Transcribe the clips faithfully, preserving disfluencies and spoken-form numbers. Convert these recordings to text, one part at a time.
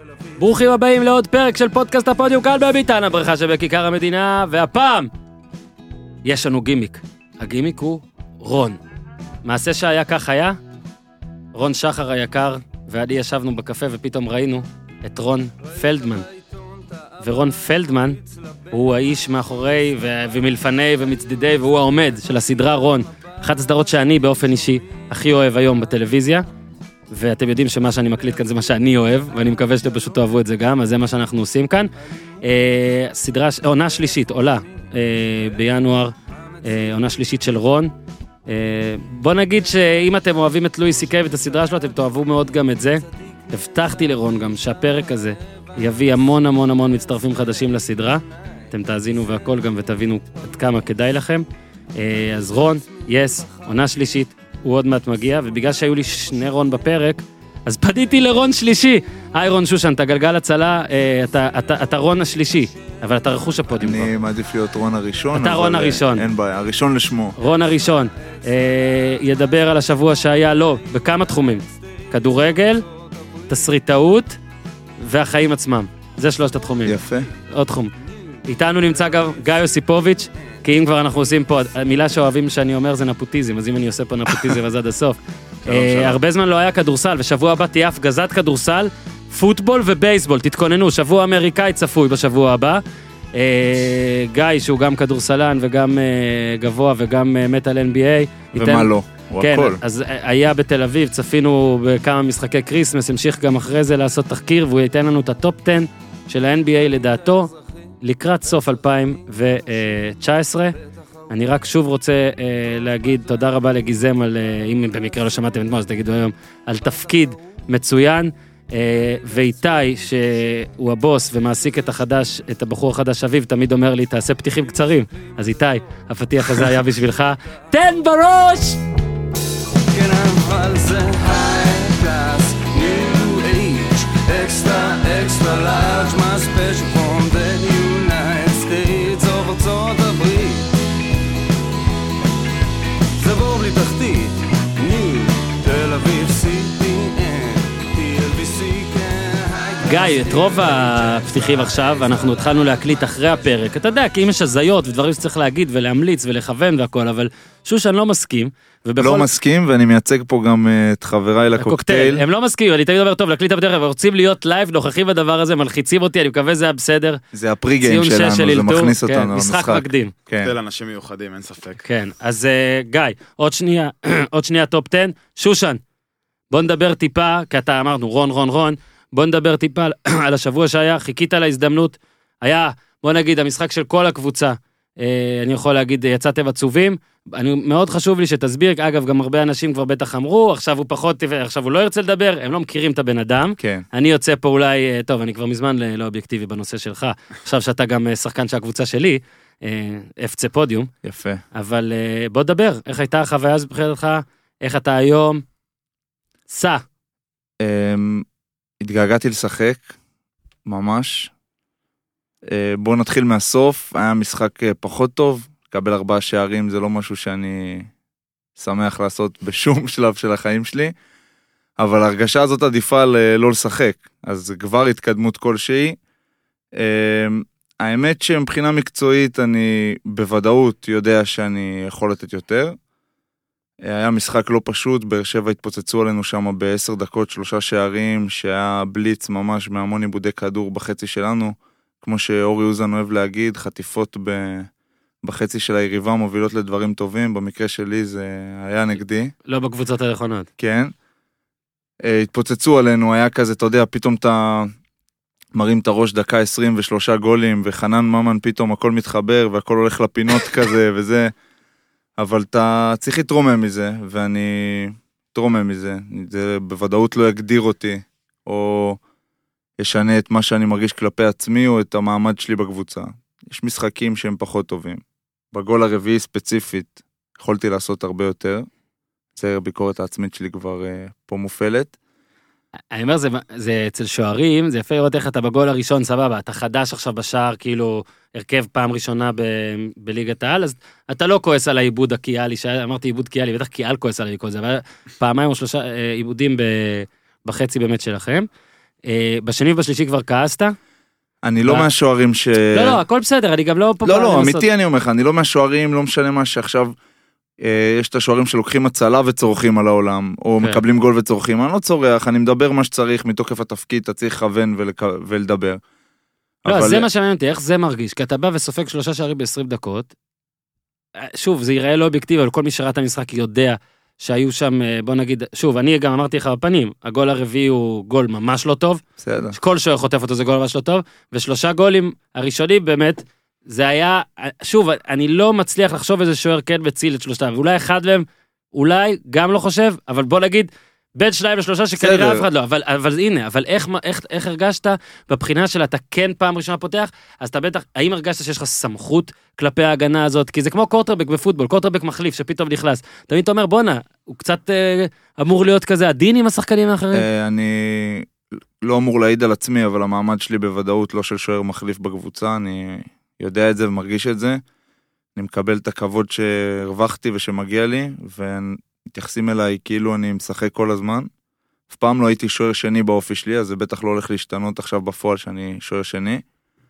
ברוכים הבאים לעוד פרק של פודקאסט הפודיום כאן בביתן הברכה שבכיכר המדינה, והפעם יש לנו גימיק. הגימיק הוא רון. מעשה שהיה כך היה, רון שחר היקר ואני ישבנו בקפה ופתאום ראינו את רון פלדמן. ורון פלדמן הוא האיש מאחורי ו- ומלפני ומצדדי, והוא העומד של הסדרה רון, אחת הסדרות שאני באופן אישי הכי אוהב היום בטלוויזיה, ואתם יודעים שמה שאני מקליט כאן זה מה שאני אוהב, ואני מקווה שאתם פשוט תאהבו את זה גם, אז זה מה שאנחנו עושים כאן. אה, סדרה, עונה שלישית, עולה אה, בינואר, אה, עונה שלישית של רון. אה, בוא נגיד שאם אתם אוהבים את לואי סי קיי ואת הסדרה שלו, אתם תאהבו מאוד גם את זה. הבטחתי לרון גם שהפרק הזה יביא המון המון המון מצטרפים חדשים לסדרה. אתם תאזינו והכל גם ותבינו עד כמה כדאי לכם. אה, אז רון, יס, עונה שלישית. הוא עוד מעט מגיע, ובגלל שהיו לי שני רון בפרק, אז פניתי לרון שלישי. היי רון שושן, אתה גלגל הצלה, אתה, אתה, אתה רון השלישי, אבל אתה רכוש הפודיום. אני מעדיף להיות רון הראשון. אתה רון הראשון. אין בעיה, הראשון לשמו. רון הראשון. אה, ידבר על השבוע שהיה לו, בכמה תחומים. כדורגל, תסריטאות, והחיים עצמם. זה שלושת התחומים. יפה. עוד תחום. איתנו נמצא גם גיא יוסיפוביץ', כי אם כבר אנחנו עושים פה, המילה שאוהבים שאני אומר זה נפוטיזם, אז אם אני עושה פה נפוטיזם אז עד הסוף. הרבה זמן לא היה כדורסל, ושבוע הבא תהיה הפגזת כדורסל, פוטבול ובייסבול, תתכוננו, שבוע אמריקאי צפוי בשבוע הבא. גיא, שהוא גם כדורסלן וגם גבוה וגם מטל אן בי איי. ומה לא, הוא הכל. אז היה בתל אביב, צפינו בכמה משחקי קריסמס, המשיך גם אחרי זה לעשות תחקיר, והוא ייתן לנו את הטופ עשר של ה-אן בי איי לדעתו, לקראת סוף אלפיים תשע עשרה. אני רק שוב רוצה אה, להגיד תודה רבה לגיזם על, אה, אם במקרה לא שמעתם את מה, אז תגידו היום, על תפקיד מצוין, אה, ואיתי, שהוא הבוס ומעסיק את החדש, את הבחור החדש אביב, תמיד אומר לי, תעשה פתיחים קצרים. אז איתי, הפתיח הזה היה בשבילך, תן בראש! כן, אבל זה high class, new age, extra, extra large, my special from the United States of ארצות הברית. זה בור בלי תחתית, ניו, תל אביב, סי פי אן, טי אל בי סי, כן. גיא, את רוב הפתיחים עכשיו, אנחנו התחלנו להקליט אחרי הפרק. אתה יודע, כי אם יש הזיות ודברים שצריך להגיד ולהמליץ ולכוון והכל, אבל שושן לא מסכים. ובכל... לא מסכים, ואני מייצג פה גם את חבריי לקוקטייל. הם לא מסכים, אני תמיד אומר, טוב, להקליט בדרך, ורוצים להיות לייב, נוכחים בדבר הזה, מלחיצים אותי, אני מקווה זה היה בסדר. זה הפרי-גיים שלנו, זה מכניס אותנו למשחק. משחק מקדים. קוקטייל אנשים מיוחדים, אין ספק. כן, אז גיא, עוד שנייה, עוד שנייה טופ עשר, שושן, בוא נדבר טיפה, כי אתה אמרנו, רון, רון, רון, בוא נדבר טיפה על השבוע שהיה, חיכית להזדמנות, היה, בוא נגיד, המשחק של כל הקבוצה, אני יכול להגיד, יצאתם עצובים, אני מאוד חשוב לי שתסביר, אגב, גם הרבה אנשים כבר בטח אמרו, עכשיו הוא פחות, עכשיו הוא לא ירצה לדבר, הם לא מכירים את הבן אדם, כן. אני יוצא פה אולי, טוב, אני כבר מזמן לא אובייקטיבי בנושא שלך, עכשיו שאתה גם שחקן של הקבוצה שלי, אפצה פודיום, יפה. אבל בוא דבר, איך הייתה החוויה הזו מבחינתך, איך אתה היום, סע. התגעגעתי לשחק, ממש. בוא נתחיל מהסוף, היה משחק פחות טוב, לקבל ארבעה שערים זה לא משהו שאני שמח לעשות בשום שלב של החיים שלי, אבל ההרגשה הזאת עדיפה לא לשחק, אז זה כבר התקדמות כלשהי. האמת שמבחינה מקצועית אני בוודאות יודע שאני יכול לתת יותר. היה משחק לא פשוט, באר שבע התפוצצו עלינו שם בעשר דקות שלושה שערים, שהיה בליץ ממש מהמון עיבודי כדור בחצי שלנו, כמו שאורי אוזן אוהב להגיד, חטיפות ב... בחצי של היריבה מובילות לדברים טובים, במקרה שלי זה היה נגדי. לא בקבוצות הנכונות. כן. התפוצצו עלינו, היה כזה, אתה יודע, פתאום אתה מרים את הראש דקה עשרים ושלושה גולים, וחנן ממן פתאום הכל מתחבר, והכל הולך לפינות כזה וזה, אבל אתה צריך להתרומם מזה, ואני תרומם מזה. זה בוודאות לא יגדיר אותי, או ישנה את מה שאני מרגיש כלפי עצמי, או את המעמד שלי בקבוצה. יש משחקים שהם פחות טובים. בגול הרביעי ספציפית, יכולתי לעשות הרבה יותר. זה הביקורת העצמית שלי כבר uh, פה מופעלת. אני אומר, זה, זה אצל שוערים, זה יפה לראות איך אתה בגול הראשון, סבבה, אתה חדש עכשיו בשער, כאילו, הרכב פעם ראשונה ב, בליגת העל, אז אתה לא כועס על העיבוד הקיאלי, שאמרתי עיבוד קיאלי, בטח קיאל כועס על העיבוד, זה, אבל פעמיים או שלושה עיבודים ב, בחצי באמת שלכם. בשני ובשלישי כבר כעסת? אני לא מהשוערים ש... לא, לא, הכל בסדר, אני גם לא... לא, לא, אמיתי אני אומר לך, אני לא מהשוערים, לא משנה מה שעכשיו, יש את השוערים שלוקחים הצלה וצורכים על העולם, או מקבלים גול וצורכים, אני לא צורח, אני מדבר מה שצריך מתוקף התפקיד, אתה צריך לכוון ולדבר. לא, זה מה שמעניין אותי, איך זה מרגיש? כי אתה בא וסופג שלושה שערים ב-עשרים דקות, שוב, זה ייראה לא אובייקטיבי, אבל כל מי שראה את המשחק יודע שהיו שם, בוא נגיד, שוב, אני גם אמרתי לך בפנים, הגול הרביעי הוא גול ממש לא טוב, בסדר. כל שוער חוטף אותו זה גול ממש לא טוב, ושלושה גולים הראשונים באמת, זה היה, שוב, אני לא מצליח לחשוב איזה שוער כן מציל את שלושתם, ואולי אחד מהם, אולי גם לא חושב, אבל בוא נגיד, בין שניים לשלושה שכנראה אף אחד לא, אבל, אבל הנה, אבל איך, איך, איך הרגשת בבחינה של אתה כן פעם ראשונה פותח, אז אתה בטח, האם הרגשת שיש לך סמכות כלפי ההגנה הזאת, כי זה כמו קורטרבק בפוטבול, קורטרבק מחליף שפתאום נכנס, תמיד אתה אומר בונה, הוא קצת אה, אמור להיות כזה עדין עם השחקנים האחרים? אה, אני לא אמור להעיד על עצמי, אבל המעמד שלי בוודאות לא של שוער מחליף בקבוצה, אני יודע את זה ומרגיש את זה, אני מקבל את הכבוד שהרווחתי ושמגיע לי, ואני מתייחסים אליי כאילו אני משחק כל הזמן. אף פעם לא הייתי שוער שני באופי שלי, אז זה בטח לא הולך להשתנות עכשיו בפועל שאני שוער שני.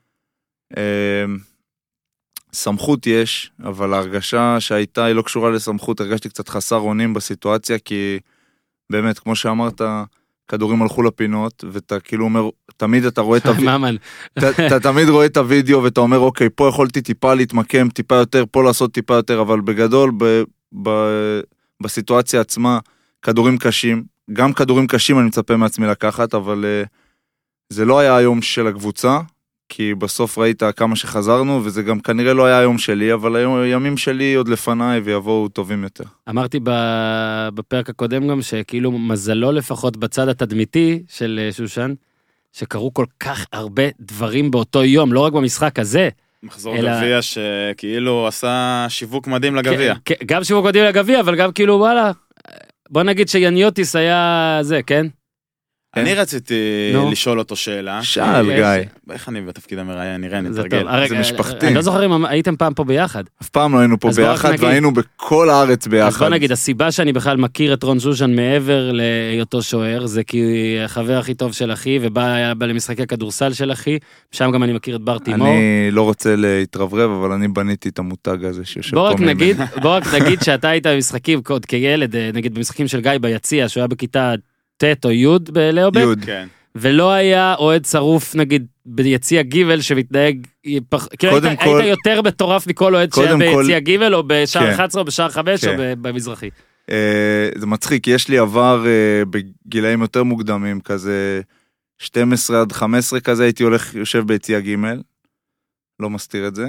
סמכות יש, אבל ההרגשה שהייתה היא לא קשורה לסמכות, הרגשתי קצת חסר אונים בסיטואציה, כי באמת, כמו שאמרת, כדורים הלכו לפינות, ואתה כאילו אומר, תמיד אתה רואה את הוידאו, אתה תמיד רואה את הוידאו, ואתה אומר, אוקיי, פה יכולתי טיפה להתמקם, טיפה יותר, פה לעשות טיפה יותר, אבל בגדול, ב... ב בסיטואציה עצמה, כדורים קשים, גם כדורים קשים אני מצפה מעצמי לקחת, אבל uh, זה לא היה היום של הקבוצה, כי בסוף ראית כמה שחזרנו, וזה גם כנראה לא היה היום שלי, אבל הימים שלי עוד לפניי ויבואו טובים יותר. אמרתי בפרק הקודם גם, שכאילו מזלו לפחות בצד התדמיתי של שושן, שקרו כל כך הרבה דברים באותו יום, לא רק במשחק הזה, מחזור גביע שכאילו עשה שיווק מדהים לגביע. גם שיווק מדהים לגביע, אבל גם כאילו וואלה, בוא נגיד שיאניוטיס היה זה, כן? אני רציתי לשאול אותו שאלה. שאל, גיא. איך אני בתפקיד המראיין, נראה, נתרגל. זה משפחתי. אני לא זוכר אם הייתם פעם פה ביחד. אף פעם לא היינו פה ביחד, והיינו בכל הארץ ביחד. אז בוא נגיד, הסיבה שאני בכלל מכיר את רון שושן מעבר להיותו שוער, זה כי החבר הכי טוב של אחי, ובא למשחקי הכדורסל של אחי, שם גם אני מכיר את בר תימור. אני לא רוצה להתרברב, אבל אני בניתי את המותג הזה שיושב פה ממנו. בוא רק נגיד שאתה היית במשחקים, כילד, נגיד במשחקים של גיא ביציע, שהוא היה בכיתה ט' או י' בלאובק, ולא היה אוהד שרוף, נגיד, ביציע גיבל שמתנהג, כאילו היית יותר מטורף מכל אוהד שהיה ביציע גיבל, או בשער אחת עשרה, או בשער חמש, או במזרחי. זה מצחיק, יש לי עבר בגילאים יותר מוקדמים, כזה שתים עשרה עד חמש עשרה כזה, הייתי הולך, יושב ביציע גימל, לא מסתיר את זה,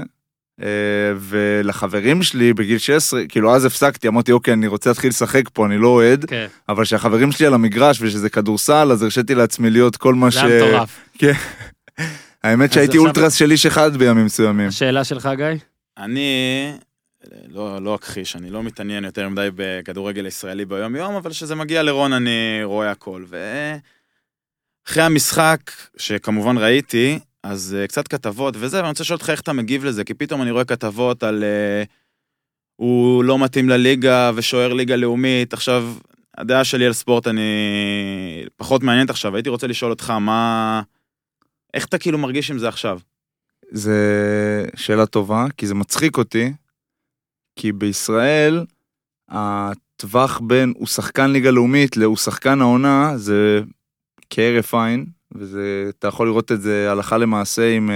ולחברים שלי בגיל שש עשרה, כאילו אז הפסקתי, אמרתי אוקיי אני רוצה להתחיל לשחק פה, אני לא אוהד, אבל שהחברים שלי על המגרש ושזה כדורסל, אז הרשיתי לעצמי להיות כל מה ש... זה היה מטורף. כן. האמת שהייתי אולטרס שלי שחד בימים מסוימים. השאלה שלך גיא? אני לא אכחיש, אני לא מתעניין יותר מדי בכדורגל ישראלי ביום יום, אבל שזה מגיע לרון אני רואה הכל, ואחרי המשחק שכמובן ראיתי, אז uh, קצת כתבות וזה, ואני רוצה לשאול אותך איך אתה מגיב לזה, כי פתאום אני רואה כתבות על uh, הוא לא מתאים לליגה ושוער ליגה לאומית, עכשיו הדעה שלי על ספורט אני פחות מעניינת עכשיו, הייתי רוצה לשאול אותך מה, איך אתה כאילו מרגיש עם זה עכשיו? זה שאלה טובה, כי זה מצחיק אותי, כי בישראל הטווח בין הוא שחקן ליגה לאומית להוא שחקן העונה, זה כהרף עין, ואתה יכול לראות את זה הלכה למעשה עם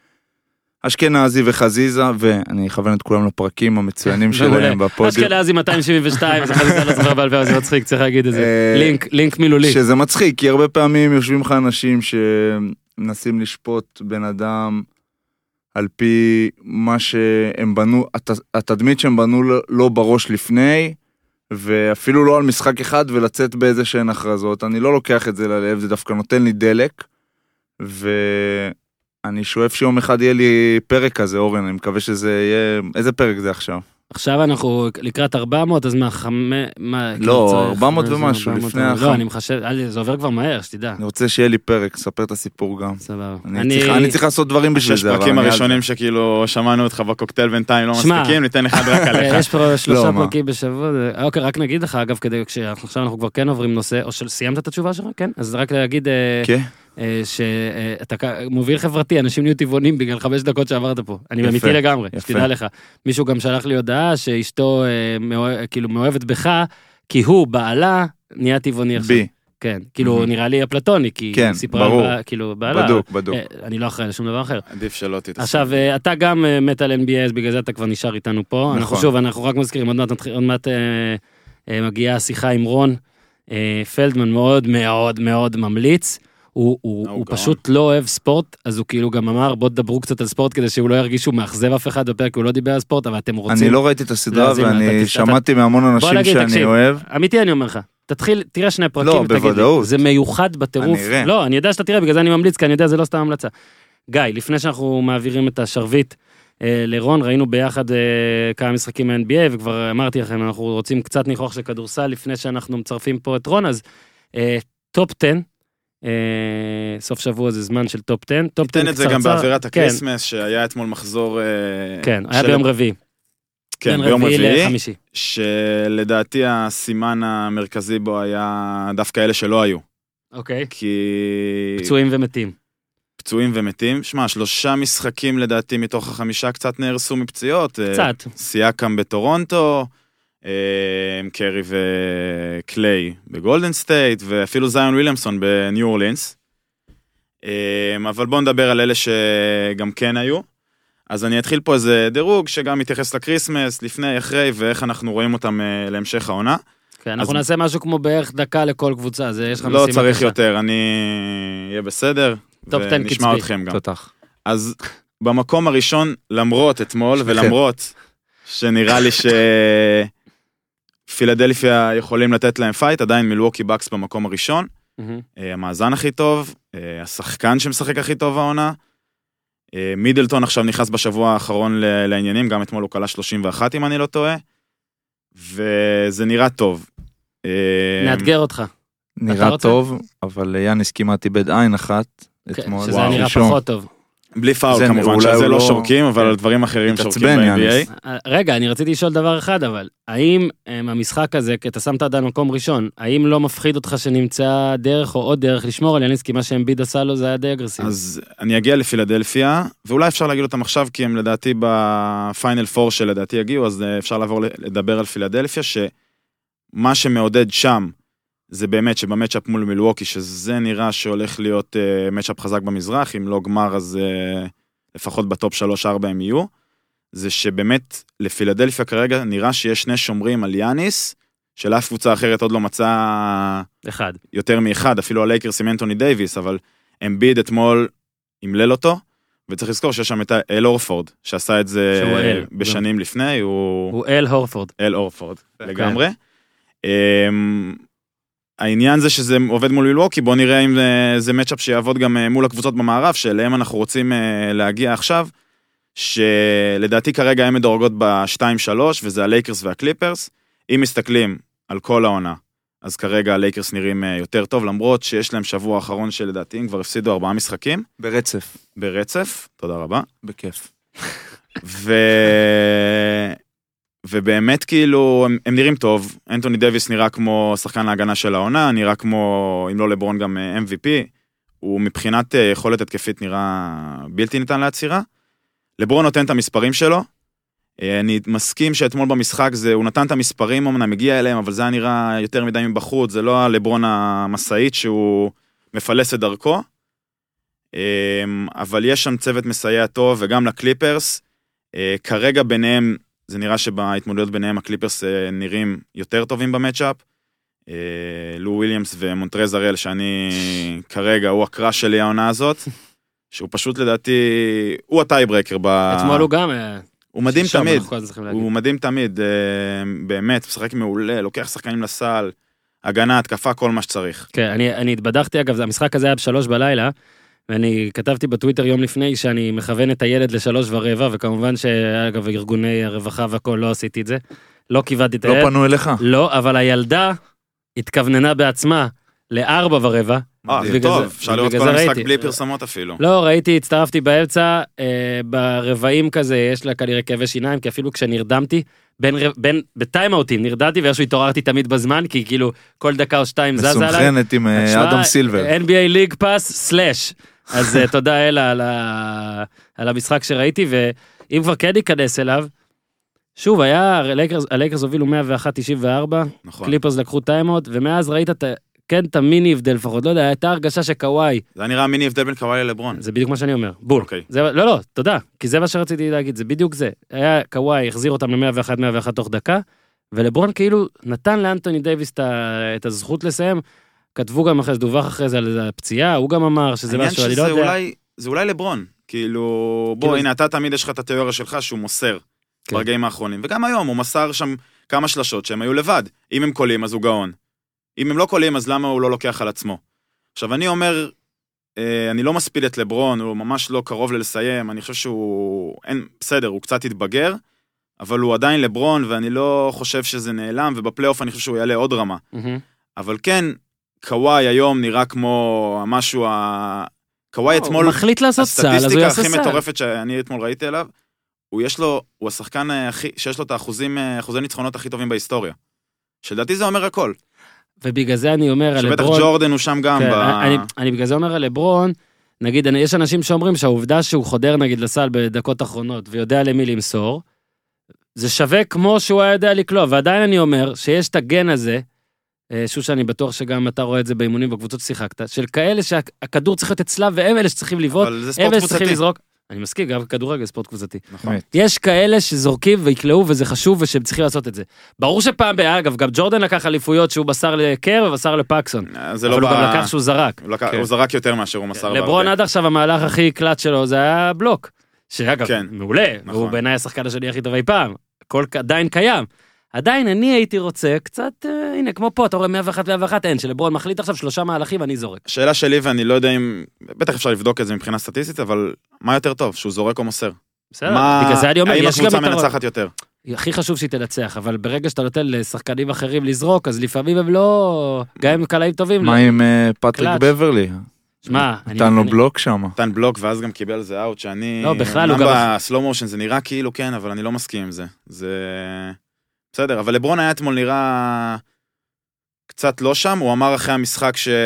אשכנזי וחזיזה, ואני אכוון את כולם לפרקים המצוינים שלהם בפודיום. אשכנזי מאתיים שבעים ושתיים, זה חזיזה לזכר בעל פה, זה מצחיק, צריך להגיד את זה. לינק, לינק מילולי. שזה מצחיק, כי הרבה פעמים יושבים לך אנשים שמנסים לשפוט בן אדם על פי מה שהם בנו, התדמית שהם בנו לא בראש לפני, ואפילו לא על משחק אחד ולצאת באיזה שהן הכרזות. אני לא לוקח את זה ללב, זה דווקא נותן לי דלק, ואני שואף שיום אחד יהיה לי פרק כזה, אורן, אני מקווה שזה יהיה... איזה פרק זה עכשיו? עכשיו אנחנו לקראת ארבע מאות, אז מה, חמש... לא, ארבע מאות ומשהו, לפני האחר. לא, אני מחשב, זה עובר כבר מהר, שתדע. אני רוצה שיהיה לי פרק, ספר את הסיפור גם. סבבה. אני צריך לעשות דברים בשביל זה. יש פרקים הראשונים שכאילו שמענו אותך בקוקטייל בינתיים, לא מספיקים, ניתן אחד רק עליך. יש פה שלושה פרקים בשבוע, אוקיי, רק נגיד לך, אגב, כדי שעכשיו אנחנו כבר כן עוברים נושא, או סיימת את התשובה שלך, כן? אז רק להגיד, שאתה מוביל חברתי, אנשים נהיו טבעונים בגלל חמש דקות שעברת פה. אני אמיתי לגמרי, שתדע לך. מישהו גם שלח לי הודעה שאשתו כאילו מאוהבת בך, כי הוא בעלה נהיה טבעוני עכשיו. בי. כן, כאילו נראה לי אפלטוני, כי כן, סיפרה ברור. כאילו בעלה. בדוק, בדוק. אני לא אחראי לשום דבר אחר. עדיף שלא תתעסק. עכשיו, אתה גם מת על אן בי איי, אז בגלל זה אתה כבר נשאר איתנו פה. נכון. אנחנו שוב, אנחנו רק מזכירים, עוד מעט, עוד מעט מגיעה השיחה עם רון. פלדמן מאוד מאוד מאוד ממליץ. הוא, הוא, הוא פשוט לא אוהב ספורט, אז הוא כאילו גם אמר, בוא תדברו קצת על ספורט, כדי שהוא לא ירגיש שהוא מאכזב אף אחד בפרק, הוא לא דיבר על ספורט, אבל אתם רוצים... אני לא ראיתי את הסדרה, ואני שמעתי אתה... מהמון אנשים שאני תקשיב, אוהב. אמיתי אני אומר לך, תתחיל, תראה שני פרקים, לא, ותגיד בוודאות. לי, זה מיוחד בטירוף. אני אראה. לא, אני יודע שאתה תראה, בגלל זה אני ממליץ, כי אני יודע, זה לא סתם המלצה. גיא, לפני שאנחנו מעבירים את השרביט אה, לרון, ראינו ביחד אה, כמה משחקים מה-אן בי איי, וכבר אמרתי לכם, אנחנו רוצים קצת ניחוח של כדורסל, לפני שאנחנו מצרפים פה את רון, אז אה, טופ עשר, Uh, סוף שבוע זה זמן של טופ עשר. טופ תן את זה גם באווירת הקריסמס, שהיה אתמול מחזור... כן, היה ביום רביעי. כן, ביום רביעי, שלדעתי הסימן המרכזי בו היה דווקא אלה שלא היו. אוקיי. כי... פצועים ומתים. פצועים ומתים. שמע, שלושה משחקים לדעתי מתוך החמישה קצת נהרסו מפציעות. קצת. סייקם בטורונטו, קרי וקליי בגולדן סטייט, ואפילו זיון וויליאמסון בניו אורלינס. אבל בואו נדבר על אלה שגם כן היו. אז אני אתחיל פה איזה דירוג שגם מתייחס לקריסמס, לפני, אחרי, ואיך אנחנו רואים אותם להמשך העונה. כן, אנחנו נעשה משהו כמו בערך דקה לכל קבוצה, זה יש לך לא צריך יותר, אני אהיה בסדר, ונשמע אתכם גם. תותח. אז במקום הראשון, למרות אתמול, ולמרות שנראה לי ש... פילדלפיה יכולים לתת להם פייט, עדיין מילווקי בקס במקום הראשון, המאזן הכי טוב, השחקן שמשחק הכי טוב העונה, מידלטון עכשיו נכנס בשבוע האחרון לעניינים, גם אתמול הוא קלה שלושים ואחת אם אני לא טועה, וזה נראה טוב. נאתגר אותך. נראה טוב, אבל יאניס כמעט איבד עין אחת אתמול. שזה נראה פחות טוב. בלי פאול כמובן, שזה לא שורקים, אבל על דברים אחרים שורקים ב-אן בי איי. רגע, אני רציתי לשאול דבר אחד, אבל האם המשחק הזה, כי אתה שמת עדיין מקום ראשון, האם לא מפחיד אותך שנמצא דרך או עוד דרך לשמור על יאניס, כי מה שאמביד עשה לו זה היה די אגרסיבי? אז אני אגיע לפילדלפיה, ואולי אפשר להגיד אותם עכשיו, כי הם לדעתי בפיינל פור שלדעתי יגיעו, אז אפשר לעבור לדבר על פילדלפיה, שמה שמעודד שם, זה באמת שבמצ'אפ מול מילווקי, שזה נראה שהולך להיות uh, מצ'אפ חזק במזרח, אם לא גמר אז uh, לפחות בטופ שלוש ארבע הם יהיו, זה שבאמת לפילדלפיה כרגע נראה שיש שני שומרים על יאניס, שלאף קבוצה אחרת עוד לא מצא אחד. יותר מאחד, אפילו הלייקרס עם אנטוני דייביס, אבל אמביד אתמול המלל אותו, וצריך לזכור שיש שם את אל אורפורד, שעשה את זה אל, בשנים לא. לפני, הוא... הוא אל אורפורד. אל אורפורד, לגמרי. Um, העניין זה שזה עובד מול מילווקי, בוא נראה אם זה, זה מצ'אפ שיעבוד גם מול הקבוצות במערב, שאליהם אנחנו רוצים להגיע עכשיו, שלדעתי כרגע הם מדורגות ב-שתיים שלוש, וזה הלייקרס והקליפרס. אם מסתכלים על כל העונה, אז כרגע הלייקרס נראים יותר טוב, למרות שיש להם שבוע האחרון שלדעתי הם כבר הפסידו ארבעה משחקים. ברצף. ברצף, תודה רבה. בכיף. ו... ובאמת כאילו, הם, הם נראים טוב, אנטוני דייביס נראה כמו שחקן להגנה של העונה, נראה כמו, אם לא לברון גם אם וי פי, הוא מבחינת יכולת התקפית נראה בלתי ניתן להצירה, לברון נותן את המספרים שלו, אני מסכים שאתמול במשחק זה, הוא נתן את המספרים, אמנם מגיע אליהם, אבל זה היה נראה יותר מדי מבחוץ, זה לא הלברון המסעית שהוא מפלס את דרכו, אבל יש שם צוות מסייע טוב, וגם לקליפרס, כרגע ביניהם, זה נראה שבהתמודדות ביניהם הקליפרס נראים יותר טובים במצ'אפ. לו וויליאמס ומונטרז הראל, שאני כרגע, הוא הקראש שלי העונה הזאת, שהוא פשוט לדעתי, הוא הטייברקר. אתמול הוא גם... הוא מדהים תמיד, הוא מדהים תמיד, באמת, משחק מעולה, לוקח שחקנים לסל, הגנה, התקפה, כל מה שצריך. כן, אני, אני התבדחתי, אגב, המשחק הזה היה בשלוש בלילה, ואני כתבתי בטוויטר יום לפני שאני מכוון את הילד לשלוש ורבע, וכמובן שאגב ארגוני הרווחה והכל לא עשיתי את זה, לא כיוונתי את הילד. לא פנו אליך? לא, אבל הילדה התכווננה בעצמה לארבע ורבע, אה, זה טוב, אפשר לראות כל המשחק בלי פרסמות אפילו. לא, ראיתי, הצטרפתי באמצע, ברבעים כזה, יש לה כנראה כאבי שיניים, כי אפילו כשנרדמתי, בין, בטיימאוטים נרדמתי, ואיכשהו התעוררתי תמיד בזמן, כי כאילו כל דקה או שתיים זזה עליי. מסונכרנת עם אדם סילבר. אן בי איי ליג פאס סלאש. אז תודה אלה על המשחק שראיתי, ואם כבר כן ניכנס אליו, שוב, היה, הלייקרס הובילו מאה ואחת תשעים וארבע, קליפרס לקחו טיימאוט, ומאז ראית את כן, את המיני הבדל לפחות, לא יודע, הייתה הרגשה שקוואי. זה נראה מיני הבדל בין קוואי ללברון. זה בדיוק מה שאני אומר, בול. אוקיי. זה, לא, לא, תודה, כי זה מה שרציתי להגיד, זה בדיוק זה. היה קוואי, החזיר אותם ל-מאה ואחת מאה ואחת תוך דקה, ולברון כאילו נתן לאנטוני דייביס את הזכות לסיים, כתבו גם אחרי זה, דווח אחרי זה על הפציעה, הוא גם אמר שזה משהו, אני לא יודע. אולי, זה אולי לברון, כאילו, בוא, הנה, אתה תמיד יש לך את התיאוריה שלך שהוא מוסר ברגעים האחרונים, וגם היום הוא מסר שם כמה שלשות שהם היו לבד. אם הם קולים, אז הוא גאון. אם הם לא קולים, אז למה הוא לא לוקח על עצמו? עכשיו, אני אומר, אה, אני לא מספיד את לברון, הוא ממש לא קרוב ללסיים, אני חושב שהוא, אין, בסדר, הוא קצת התבגר, אבל הוא עדיין לברון, ואני לא חושב שזה נעלם, ובפלייאוף אני חושב שהוא יעלה עוד רמה. Mm-hmm. אבל כן, קוואי היום נראה כמו משהו, ה... קוואי אתמול, הוא מחליט לעשות סל, אז הוא יעשה סל. הסטטיסטיקה הכי מטורפת שאני אתמול ראיתי אליו, הוא יש לו, הוא השחקן הכי, שיש לו את האחוזים, אחוזי ניצחונות הכי טובים בהיסטוריה. שלדעתי זה אומר הכל. ובגלל זה אני אומר על לברון... שבטח ג'ורדן הוא שם גם. כן, ב... אני, אני בגלל זה אומר על לברון, נגיד, אני, יש אנשים שאומרים שהעובדה שהוא חודר נגיד לסל בדקות אחרונות, ויודע למי למסור, זה שווה כמו שהוא היה יודע לקלוע, ועדיין אני אומר שיש את הגן הזה, שושה, אני בטוח שגם אתה רואה את זה באימונים בקבוצות שיחקת, של כאלה שהכדור צריך להיות אצלה, והם אלה שצריכים לבעוט, הם אלה שצריכים לזרוק. אני מסכים, גם כדורגל, ספורט קבוצתי. נכון. יש כאלה שזורקים ויקלעו, וזה חשוב, ושהם צריכים לעשות את זה. ברור שפעם, אגב, גם ג'ורדן לקח אליפויות שהוא בשר לקר, ובשר לפקסון. אבל הוא גם לקח שהוא זרק. הוא זרק יותר מאשר הוא מסר. לברון עד עכשיו, המהלך הכי קלט שלו, זה היה בלוק. שאגב, מעולה, והוא בעיניי השחקן השני הכי טוב אי פעם. הכל עדיין קיים. עדיין אני הייתי רוצה קצת, אה, הנה, כמו פה, אתה רואה מאה ואחת, מאה ואחת, אין, שלברון מחליט עכשיו שלושה מהלכים, אני זורק. שאלה שלי, ואני לא יודע אם, בטח אפשר לבדוק את זה מבחינה סטטיסטית, אבל מה יותר טוב, שהוא זורק או מוסר? בסדר, בגלל זה אני אומר, האם יש גם הקבוצה מנצחת יותר? הכי חשוב שהיא תנצח, אבל ברגע שאתה נותן לשחקנים אחרים לזרוק, אז לפעמים הם לא, גם הם קלעים טובים. מה עם פטריק בברלי? שמע, נתן לו בלוק שם. נתן בלוק, ואז גם קיבל זה אאוט, שאני... לא, בכלל הוא גם בסלו מושן, זה נראה כאילו כן, אבל אני לא מסכים עם זה. זה... בסדר, אבל לברון היה אתמול נראה קצת לא שם, הוא אמר אחרי המשחק ש...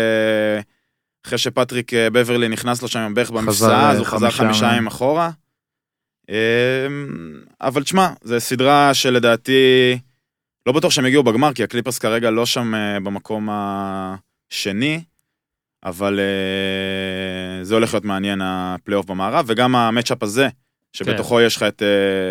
אחרי שפטריק בברלי נכנס לו שם בערך במפסעה, אז הוא חזר חמישה ימים אחורה. אבל תשמע, זו סדרה שלדעתי, לא בטוח שהם הגיעו בגמר, כי הקליפרס כרגע לא שם במקום השני, אבל זה הולך להיות מעניין הפלייאוף במערב, וגם המאצ'אפ הזה, שבתוכו יש לך את...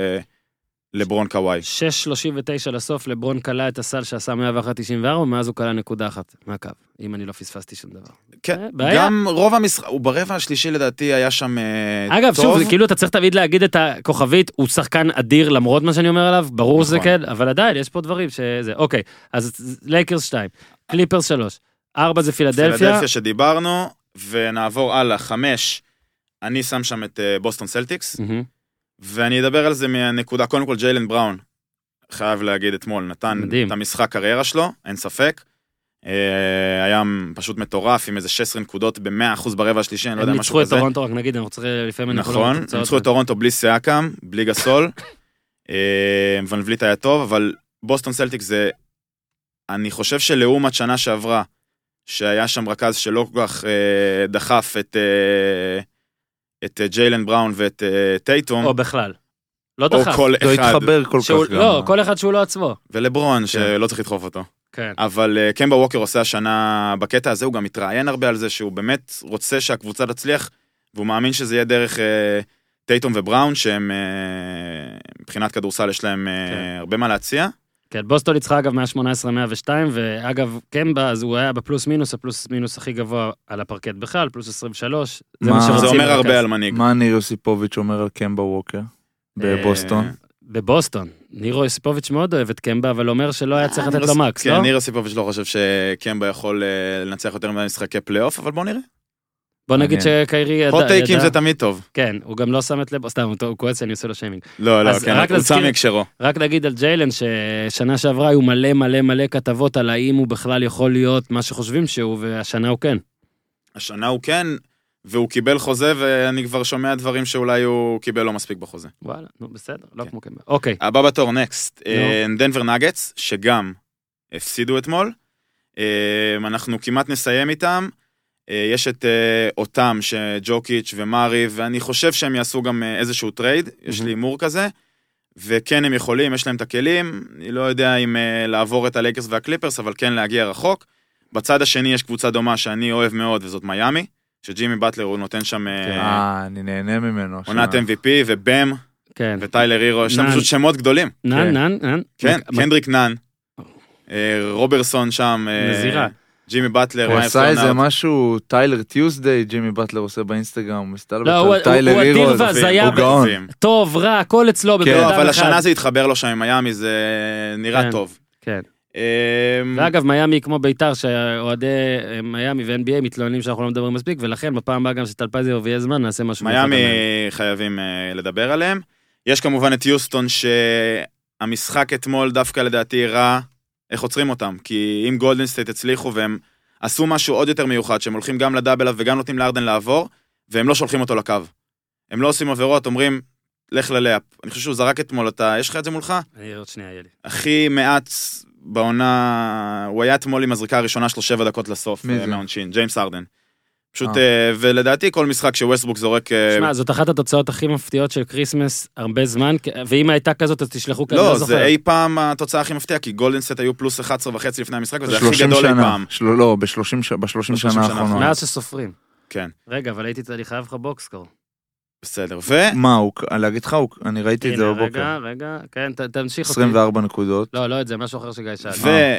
לברון קוואי. שש שלושים ותשע לסוף, לברון קלה את הסל שעשה מאה ואחת תשעים וארבע, ומאז הוא קלה נקודה אחת מהקו, אם אני לא פספסתי שום דבר. כן, גם רוב המשחק, הוא ברבע השלישי לדעתי היה שם טוב. אגב, שוב, כאילו אתה צריך תמיד להגיד את הכוכבית, הוא שחקן אדיר למרות מה שאני אומר עליו, ברור שזה כן, אבל עדיין, יש פה דברים שזה, אוקיי, אז לייקרס שתיים, קליפרס שלוש, ארבע זה פילדלפיה. פילדלפיה שדיברנו, ונעבור הלאה, חמש, אני שם שם את בוסטון סלטיקס. ואני אדבר על זה מהנקודה, קודם כל ג'יילן בראון, חייב להגיד אתמול, נתן מדהים. את המשחק קריירה שלו, אין ספק, היה פשוט מטורף, עם איזה שש עשרה נקודות ב-מאה אחוז ברבע השלישי, אני לא יודע משהו כזה. הם ניצחו את טורונטו, רק נגיד, אני רוצה לפעמים... נכון, הם ניצחו את טורונטו בלי סיאקם, בלי גסול, ון וליט היה טוב, אבל בוסטון סלטיק זה, אני חושב שלעומת שנה שעברה, שהיה שם רכז שלא כל כך דחף את... את ג'יילן בראון ואת טייטום. או בכלל. לא דחף. או כל אחד. לא התחבר כל כך. לא, כל אחד שהוא לא עצמו. ולברון, שלא צריך לדחוף אותו. כן. אבל קמבה ווקר עושה השנה, בקטע הזה הוא גם מתראיין הרבה על זה, שהוא באמת רוצה שהקבוצה תצליח, והוא מאמין שזה יהיה דרך טייטום ובראון, שהם מבחינת כדורסל יש להם הרבה מה להציע. כן, בוסטון ניצחה אגב מאה שמונה עשרה מאה ושתיים, ואגב, קמבה, אז הוא היה בפלוס מינוס, הפלוס מינוס הכי גבוה על הפרקט בכלל, פלוס עשרים ושלוש. זה אומר הרבה על מנהיג. מה ניר יוסיפוביץ' אומר על קמבה ווקר בבוסטון? בבוסטון. ניר יוסיפוביץ' מאוד אוהב את קמבה, אבל אומר שלא היה צריך לתת לו מקס, לא? כן, ניר יוסיפוביץ' לא חושב שקמבה יכול לנצח יותר ממשחקי פלייאוף, אבל בוא נראה. בוא נגיד שקיירי ידע... חוט טייקים זה תמיד טוב. כן, הוא גם לא שם את לב... סתם, הוא כועס שאני עושה לו שיימינג. לא, לא, כן, הוא שם הקשרו. רק נגיד על ג'יילן, ששנה שעברה היו מלא מלא מלא כתבות על האם הוא בכלל יכול להיות מה שחושבים שהוא, והשנה הוא כן. השנה הוא כן, והוא קיבל חוזה, ואני כבר שומע דברים שאולי הוא קיבל לא מספיק בחוזה. וואלה, נו בסדר, לא כמו כמה. אוקיי. הבא בתור, נקסט, דנבר נגטס, שגם הפסידו אתמול, אנחנו כמעט נסיים איתם, יש את אותם שג'וקיץ' ומרי, ואני חושב שהם יעשו גם איזשהו טרייד, יש לי אימור כזה, וכן הם יכולים, יש להם את הכלים, אני לא יודע אם לעבור את הלייקרס והקליפרס, אבל כן להגיע רחוק. בצד השני יש קבוצה דומה שאני אוהב מאוד, וזאת מיאמי, שג'ימי באטלר הוא נותן שם... אה, אני נהנה ממנו. עונת אם וי פי ובאם, וטיילר הירו, יש שם פשוט שמות גדולים. נן, נן, נן. כן, קנדריק נן, רוברסון שם, נזירה. ג'ימי באטלר. הוא עשה איזה משהו, טיילר טיוסדיי, ג'ימי באטלר עושה באינסטגרם, הוא מסתלבט על טיילר הירו, הוא גאון. טוב, רע, הכל אצלו. כן, אבל השנה זה התחבר לו שם עם מיאמי, זה נראה טוב. כן. ואגב, מיאמי כמו ביתר, שאוהדי מיאמי ו-אן בי איי מתלוננים שאנחנו לא מדברים מספיק, ולכן בפעם הבאה גם שטלפזי ויהיה זמן, נעשה משהו. מיאמי חייבים לדבר עליהם. יש כמובן את יוסטון, שהמשחק אתמול דווקא לדעתי רע, איך עוצרים אותם, כי אם גולדן סטייט הצליחו, והם עשו משהו עוד יותר מיוחד, שהם הולכים גם לדאבל וגם נותנים לארדן לעבור, והם לא שולחים אותו לקו. הם לא עושים עבירות, אומרים, לך ללאפ. אני חושב שהוא זרק אתמול, אתה, יש לך את זה מולך? אני עוד שנייה, יהיה לי. הכי מעט בעונה, הוא היה אתמול עם הזריקה הראשונה שלו שבע דקות לסוף, מהעונשין, ג'יימס ארדן. פשוט, ולדעתי כל משחק שווסטברוק זורק... שמע, זאת אחת התוצאות הכי מפתיעות של קריסמס הרבה זמן, ואם הייתה כזאת, אז תשלחו כאן, לא, זה אי פעם התוצאה הכי מפתיעה, כי גולדן סטייט היו פלוס אחת עשרה וחצי לפני המשחק, וזה הכי גדול אי פעם. לא, בשלושים שנה האחרונות. מאז שסופרים. כן. רגע, אבל הייתי צריך חייב לך בוקסקור. בסדר, ו... מה, הוא, להגיד לך, אני ראיתי את זה בבוקר. רגע, רגע, כן, תמשיך אותי. עשרים וארבע נקודות. לא, לא את זה, משהו אחר שגיא שאל.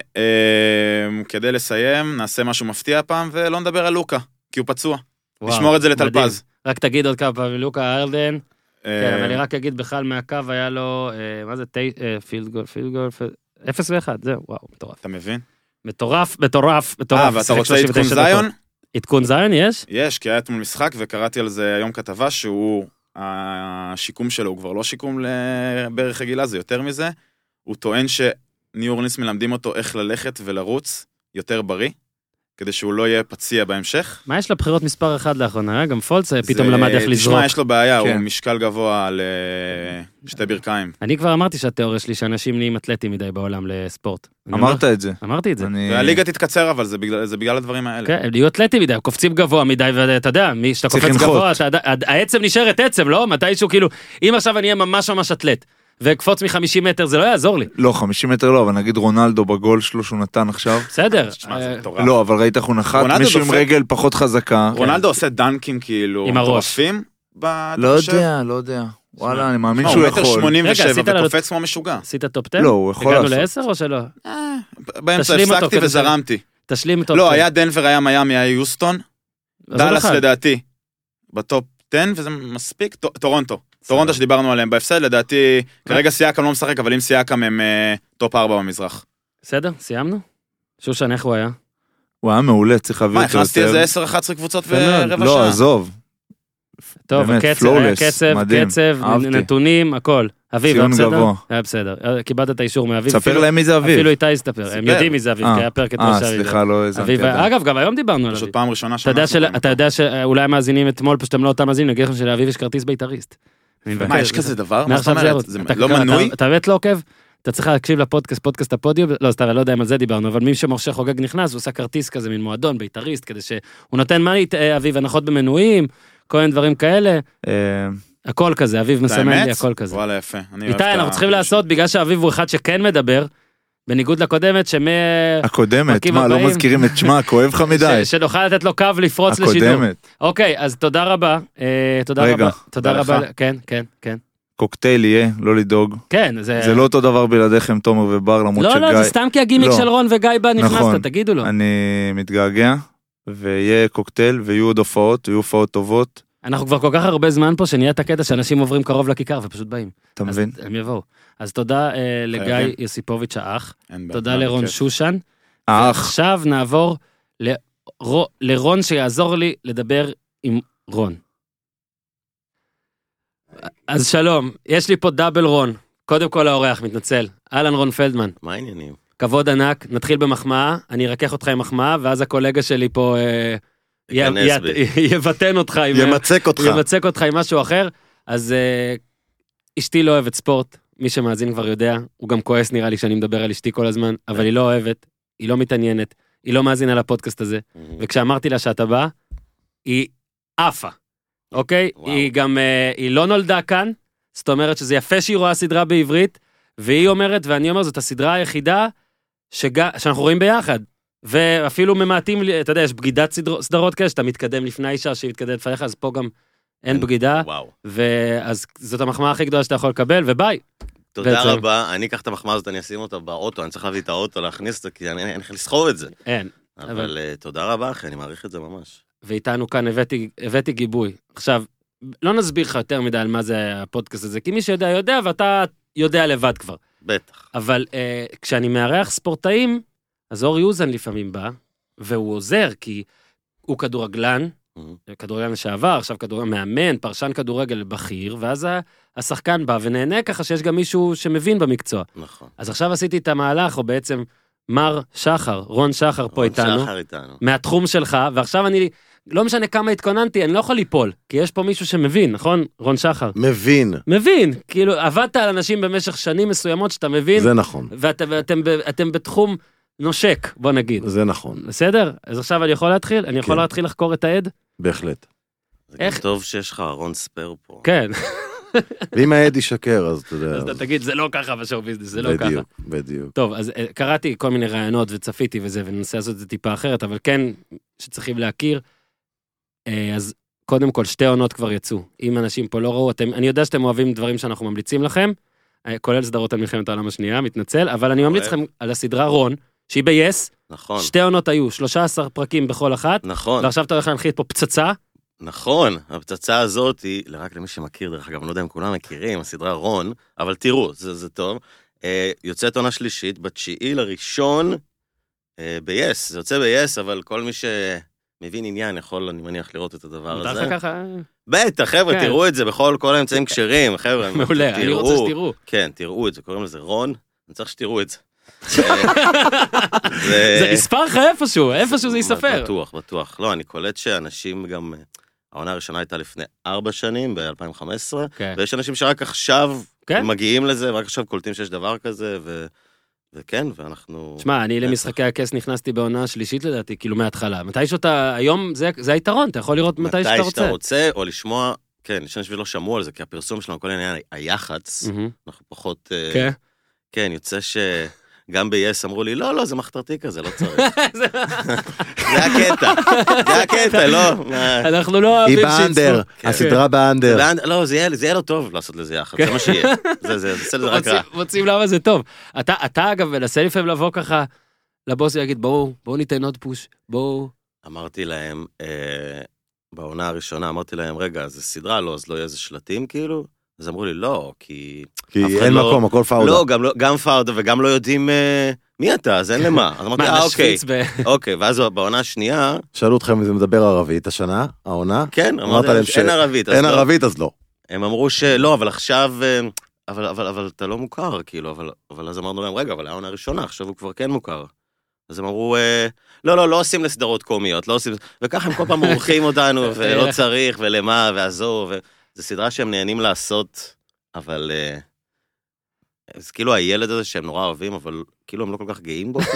וכדי לסיים, נעשה משהו מפתיע פעם, ולא נדבר על לוקה, כי הוא פצוע. נשמור את זה לטלפז. רק תגיד עוד כמה פעמים, לוקה ארדן, כן, אבל אני רק אגיד, בכלל מהקו היה לו, מה זה, פילד גול, פילד גול, אפס ואחד, זהו, וואו, מטורף. אתה מבין? מטורף, מטורף, מטורף. אה, ואתה רוצה עדכון זיון? עדכון זיון יש? יש, כי היה אתמול משחק, וקראתי על זה היום כתבה, שהוא, השיקום שלו הוא כבר לא שיקום לברך רגילה, זה יותר מזה. הוא טוען שניו אורלינס מלמדים אותו איך ללכת ולרוץ יותר בריא, כדי שהוא לא יהיה פציע בהמשך. מה יש לבחירות מספר אחד לאחרונה? גם פולץ פתאום למד איך לזרוק. תשמע, יש לו בעיה, הוא משקל גבוה על שתי ברכיים. אני כבר אמרתי שהתיאוריה שלי שאנשים נהיים אתלטים מדי בעולם לספורט. אמרת את זה. אמרתי את זה. והליגה תתקצר, אבל זה בגלל הדברים האלה. כן, הם יהיו אתלטים מדי, קופצים גבוה מדי, ואתה יודע, שאתה קופץ גבוה, העצם נשארת עצם, לא? מתישהו כאילו, אם עכשיו אני אהיה ממש ממש אתלט, וקפוץ מ-חמישים מטר, זה לא יעזור לי. לא, חמישים מטר לא, אבל נגיד רונלדו בגול שלו שהוא נתן עכשיו. בסדר. לא, אבל ראית איך הוא נחת, מישהו עם רגל פחות חזקה. רונלדו עושה דנקים כאילו, עם הראש. לא יודע, לא יודע. וואלה, אני מאמין שהוא יכול. הוא מטר שמונים ושבע וקופץ כמו משוגע. עשית טופ עשר? לא, הוא יכול לעשות. הגענו לעשר או שלא? באמצע הפסקתי וזרמתי. תשלים טופ עשר. לא, היה דנבר, היה מיאמי, היה יוסטון. דאלאס לדעתי. בטופ עשר, וזה מספיק. טורונטו. טורונטו שדיברנו עליהם בהפסד, לדעתי, כרגע סייקם לא משחק, אבל אם סייקם הם טופ ארבע במזרח. בסדר, סיימנו? שושן, איך הוא היה? הוא היה מעולה, צריך להביא אותו יותר. מה, הכנסתי איזה עשר אחת עשרה קבוצות ורבע שעה? לא, עזוב. טוב, הקצב, היה קצב, קצב, נתונים, הכל. אביב, היה בסדר? היה בסדר. קיבלת את האישור מאביב. ספר להם מי זה אביב. אפילו איתה יסתפר. הם יודעים מי זה אביב, כי היה פרק את ראש אביב. סליחה, לא איזה... אגב, גם היום דיברנו על אביב. פשוט פעם ראשונה אתה יודע שאולי מאזינים אתמול, פשוט הם לא אותם מאזינים, נגיד לכם שלאביב יש כרטיס בית"ריסט. מה, יש כזה דבר? מה זאת אומרת? זה לא מנוי? אתה באמת לא עוקב? אתה צריך להקשיב לפודקאסט, פודקאסט הפודיום, לא, סתם, לא יודע אם על זה דיברנו, אבל מי שמשה חוגג נכנס, הוא עושה כרטיס כזה, מין מועדון, בית"ריסט, כדי שהוא נותן מה אביב, הנחות במנויים, כל מיני דברים כאלה. הכל כזה, אביב מסמן לי, הכל כזה. וואלה, יפה. איתי, אנחנו צריכים לעשות, בגלל שאביב הוא אחד שכן מדבר, בניגוד לקודמת, שמה... הקודמת, מה, לא מזכירים את שמה, כואב לך מדי. שנוכל לתת לו קו לפרוץ לשידור. הקודמת. אוקיי, אז תודה רבה. תודה רבה. תודה רבה. כן, כן, כן. קוקטייל יהיה, לא לדאוג. כן, זה... זה לא אותו דבר בלעדיכם, תומר ובר, למרות שגיא... לא, לא, זה סתם כי הגימיק של רון וגיא בה נכנסת, תגידו לו. אני מתגעגע, ויהיה קוקטייל, ויהיו עוד הופעות, ויהיו הופעות טובות. אנחנו כבר כל כך הרבה זמן פה, שנהיה את הקטע שאנשים עוברים קרוב לכיכר, ופשוט באים. אתה מבין? הם יבואו. אז תודה לגיא יוסיפוביץ' האח, תודה לרון שושן. האח. עכשיו נעבור לרון שיעזור לי לדבר עם רון. אז שלום, יש לי פה דאבל רון, קודם כל האורח, מתנצל, אלן רון פלדמן. מה העניינים? כבוד ענק, נתחיל במחמאה, אני ארקח אותך עם מחמאה, ואז הקולגה שלי פה אה, ייכנס בי. יבטן אותך. ימצק אותך. ימצק אותך עם משהו אחר. אז אשתי לא אוהבת ספורט, מי שמאזין כבר יודע, הוא גם כועס נראה לי שאני מדבר על אשתי כל הזמן, אבל היא לא אוהבת, היא לא מתעניינת, היא לא מאזינה לפודקאסט הזה, וכשאמרתי לה שאתה בא, היא עפה, אוקיי? היא גם, היא לא נולדה כאן, זאת אומרת שזה יפה שהיא רואה סדרה בעברית, והיא אומרת, ואני אומר, זאת הסדרה היחידה שאנחנו רואים ביחד, ואפילו ממעטים, אתה יודע, יש בגידת סדרות כאלה, שאתה מתקדם לפני האישה, שהיא מתקדמת לפניך, אז פה גם אין בגידה, ואז זאת המחמאה הכי גדולה שאתה יכול לקבל, וביי. תודה רבה, אני אקח את המחמאה הזאת, אני אשים אותה באוטו, אני צריך להביא את האוטו, להכניס אותה, כי אני יכול לסחוב את זה. אין. אבל תודה רבה, אחי, אני מעריך את זה ממש. ואיתנו כאן הבאתי גיבוי. עכשיו, לא נסביר לך יותר מדי על מה זה הפודקאסט הזה, כי מי שיודע יודע, ואתה יודע לבד כבר. בטח. אבל כשאני מארח ספורטאים, אז אור יוזן לפעמים בא, והוא עוזר, כי הוא כדורגלן, כדורגלן לשעבר, עכשיו כדורגלן מאמן, פרשן כדורגל בכיר, ואז השחקן בא ונהנה ככה שיש גם מישהו שמבין במקצוע. נכון. אז עכשיו עשיתי את המהלך, או בעצם מר שחר, רון שחר פה איתנו. רון שחר איתנו. מהתחום שלך, ועכשיו אני, לא משנה כמה התכוננתי, אני לא יכול ליפול, כי יש פה מישהו שמבין, נכון? רון שחר. מבין. מבין, כאילו עבדת על אנשים במשך שנים מסוימות שאתה מבין. זה נכון. ואתם בתחום נושק, בוא נגיד. זה נכון. בסדר? אז עכשיו אני יכול להתחיל? אני יכול להתחיל לחקור את העד? בהחלט. זה איך? טוב שיש לך ארון ספר פה. כן. ואם העד ישקר, אז אתה יודע. אז אתה תגיד, זה לא ככה בשואו ביזנס, זה לא ככה. בדיוק, בדיוק. טוב, אז קראתי כל מיני רעיונות וצפיתי וזה, וננסה לעשות את זה טיפה אחרת, אבל כן, שצריכים להכיר. אז קודם כל, שתי עונות כבר יצאו. אם אנשים פה לא ראו, אתם, אני יודע שאתם אוהבים דברים שאנחנו ממליצים לכם, כולל סדרות על מלחמת העולם השנייה, מתנצל, אבל אני ממליץ לכם על הסדרה רון, שהיא ב-yes. נכון. שתי עונות היו, שלושה עשר פרקים בכל אחת. נכון. ועכשיו אתה הולך להנחית פה פצצה. נכון, הפצצה הזאת היא, רק למי שמכיר, דרך אגב, אני לא יודע אם כולם מכירים, הסדרה רון, אבל תראו, זה, זה טוב. אה, יוצאת עונה שלישית, בתשיעי לראשון, אה, ב-yes, זה יוצא ב-yes, אבל כל מי שמבין עניין יכול, אני מניח, לראות את הדבר הזה. אתה ככה... בטח, חבר'ה, כן. תראו את זה בכל כל האמצעים כשרים, חבר'ה. מעולה, אני רוצה שתראו. כן, תראו את זה, קוראים לזה רון, אני צריך שתראו את זה. זה יספר לך איפשהו, איפשהו זה יספר. בטוח, בטוח. לא, אני קולט שאנשים גם, העונה הראשונה הייתה לפני ארבע שנים, ב-אלפיים וחמש עשרה, ויש אנשים שרק עכשיו מגיעים לזה, ורק עכשיו קולטים שיש דבר כזה, וכן, ואנחנו... תשמע, אני למשחקי הכס נכנסתי בעונה השלישית לדעתי, כאילו מההתחלה. מתי שאתה, היום זה היתרון, אתה יכול לראות מתי שאתה רוצה. מתי שאתה רוצה, או לשמוע, כן, יש אנשים שלא שמעו על זה, כי הפרסום שלנו, כל העניין היח"צ, אנחנו פחות... כן. כן, יוצא ש... גם ב-yes אמרו לי, לא, לא, זה מחתרתי כזה, לא צריך. זה הקטע, זה הקטע, לא. אנחנו לא אוהבים באנדר, הסדרה באנדר. לא, זה יהיה לו טוב לעשות לזה יחד, זה מה שיהיה. זה עושה לזה רק רע. מוצאים למה זה טוב. אתה אגב, מנסה לפעמים לבוא ככה, לבוס ויגיד, בואו, בואו ניתן עוד פוש, בואו. אמרתי להם, בעונה הראשונה, אמרתי להם, רגע, זה סדרה, לא, אז לא יהיה איזה שלטים כאילו? אז אמרו לי, לא, כי... כי אין לא, מקום, הכל פאודה. לא, גם, גם פאודה, וגם לא יודעים אה, מי אתה, אז אין למה. אז אמרתי, אה, אוקיי. ב... אוקיי, ואז בעונה השנייה... שאלו אתכם אם זה מדבר ערבית השנה, העונה? כן, אמרתי להם שאין ערבית. אין לא. ערבית, אז לא. הם אמרו שלא, אבל עכשיו... אבל, אבל, אבל אתה לא מוכר, כאילו, אבל, אבל אז אמרנו להם, רגע, אבל העונה הראשונה, עכשיו הוא כבר כן מוכר. אז הם אמרו, לא, לא, לא עושים לסדרות קומיות, לא עושים... וככה הם כל פעם מורחים אותנו, ולא צריך, ולמה, ועזור, ו... זה סדרה שהם נהנים לעשות, אבל... זה כאילו הילד הזה שהם נורא אוהבים, אבל כאילו הם לא כל כך גאים בו.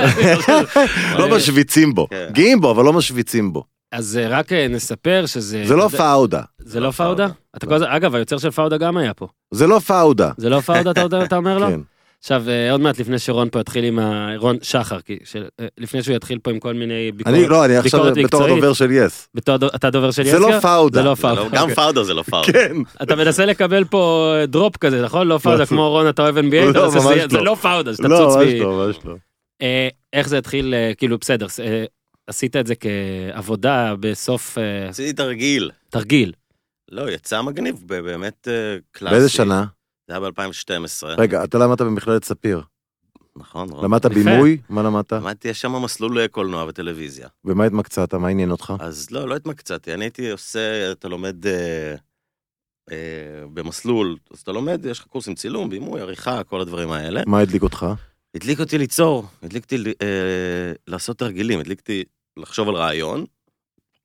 לא משוויצים בו. גאים בו, אבל לא משוויצים בו. אז רק נספר שזה... זה לא פאודה. זה לא פאודה? אגב, היוצר של פאודה גם היה פה. זה לא פאודה. זה לא פאודה, אתה אומר לו? כן. עכשיו, עוד מעט לפני שרון פה יתחיל עם רון שחר, לפני שהוא יתחיל פה עם כל מיני ביקורת מקצועית. לא, אני עכשיו בתור דובר של יס. אתה דובר של יס? זה לא פאודה. זה לא פאודה. גם פאודה זה לא פאודה. כן. אתה מנסה לקבל פה דרופ כזה, נכון? לא פאודה כמו רון, אתה אוהב אן בי איי, זה לא פאודה, שאתה צוץ בי. לא, ממש לא. איך זה התחיל, כאילו, בסדר, עשית את זה כעבודה בסוף... עשיתי תרגיל. תרגיל. לא, יצא מגניב, באמת קלאסי. באיזה שנה? זה היה ב-אלפיים ושתים עשרה. רגע, אתה למדת במכללת ספיר. נכון. למדת בימוי? מה למדת? למדתי, יש שם מסלול קולנוע וטלוויזיה. ומה התמקצעת? מה עניין אותך? אז לא, לא התמקצעתי. אני הייתי עושה, אתה לומד אה, אה, במסלול, אז אתה לומד, יש לך קורסים צילום, בימוי, עריכה, כל הדברים האלה. מה הדליק אותך? הדליק אותי ליצור, הדליק אותי אה, לעשות תרגילים, הדליק אותי לחשוב על רעיון,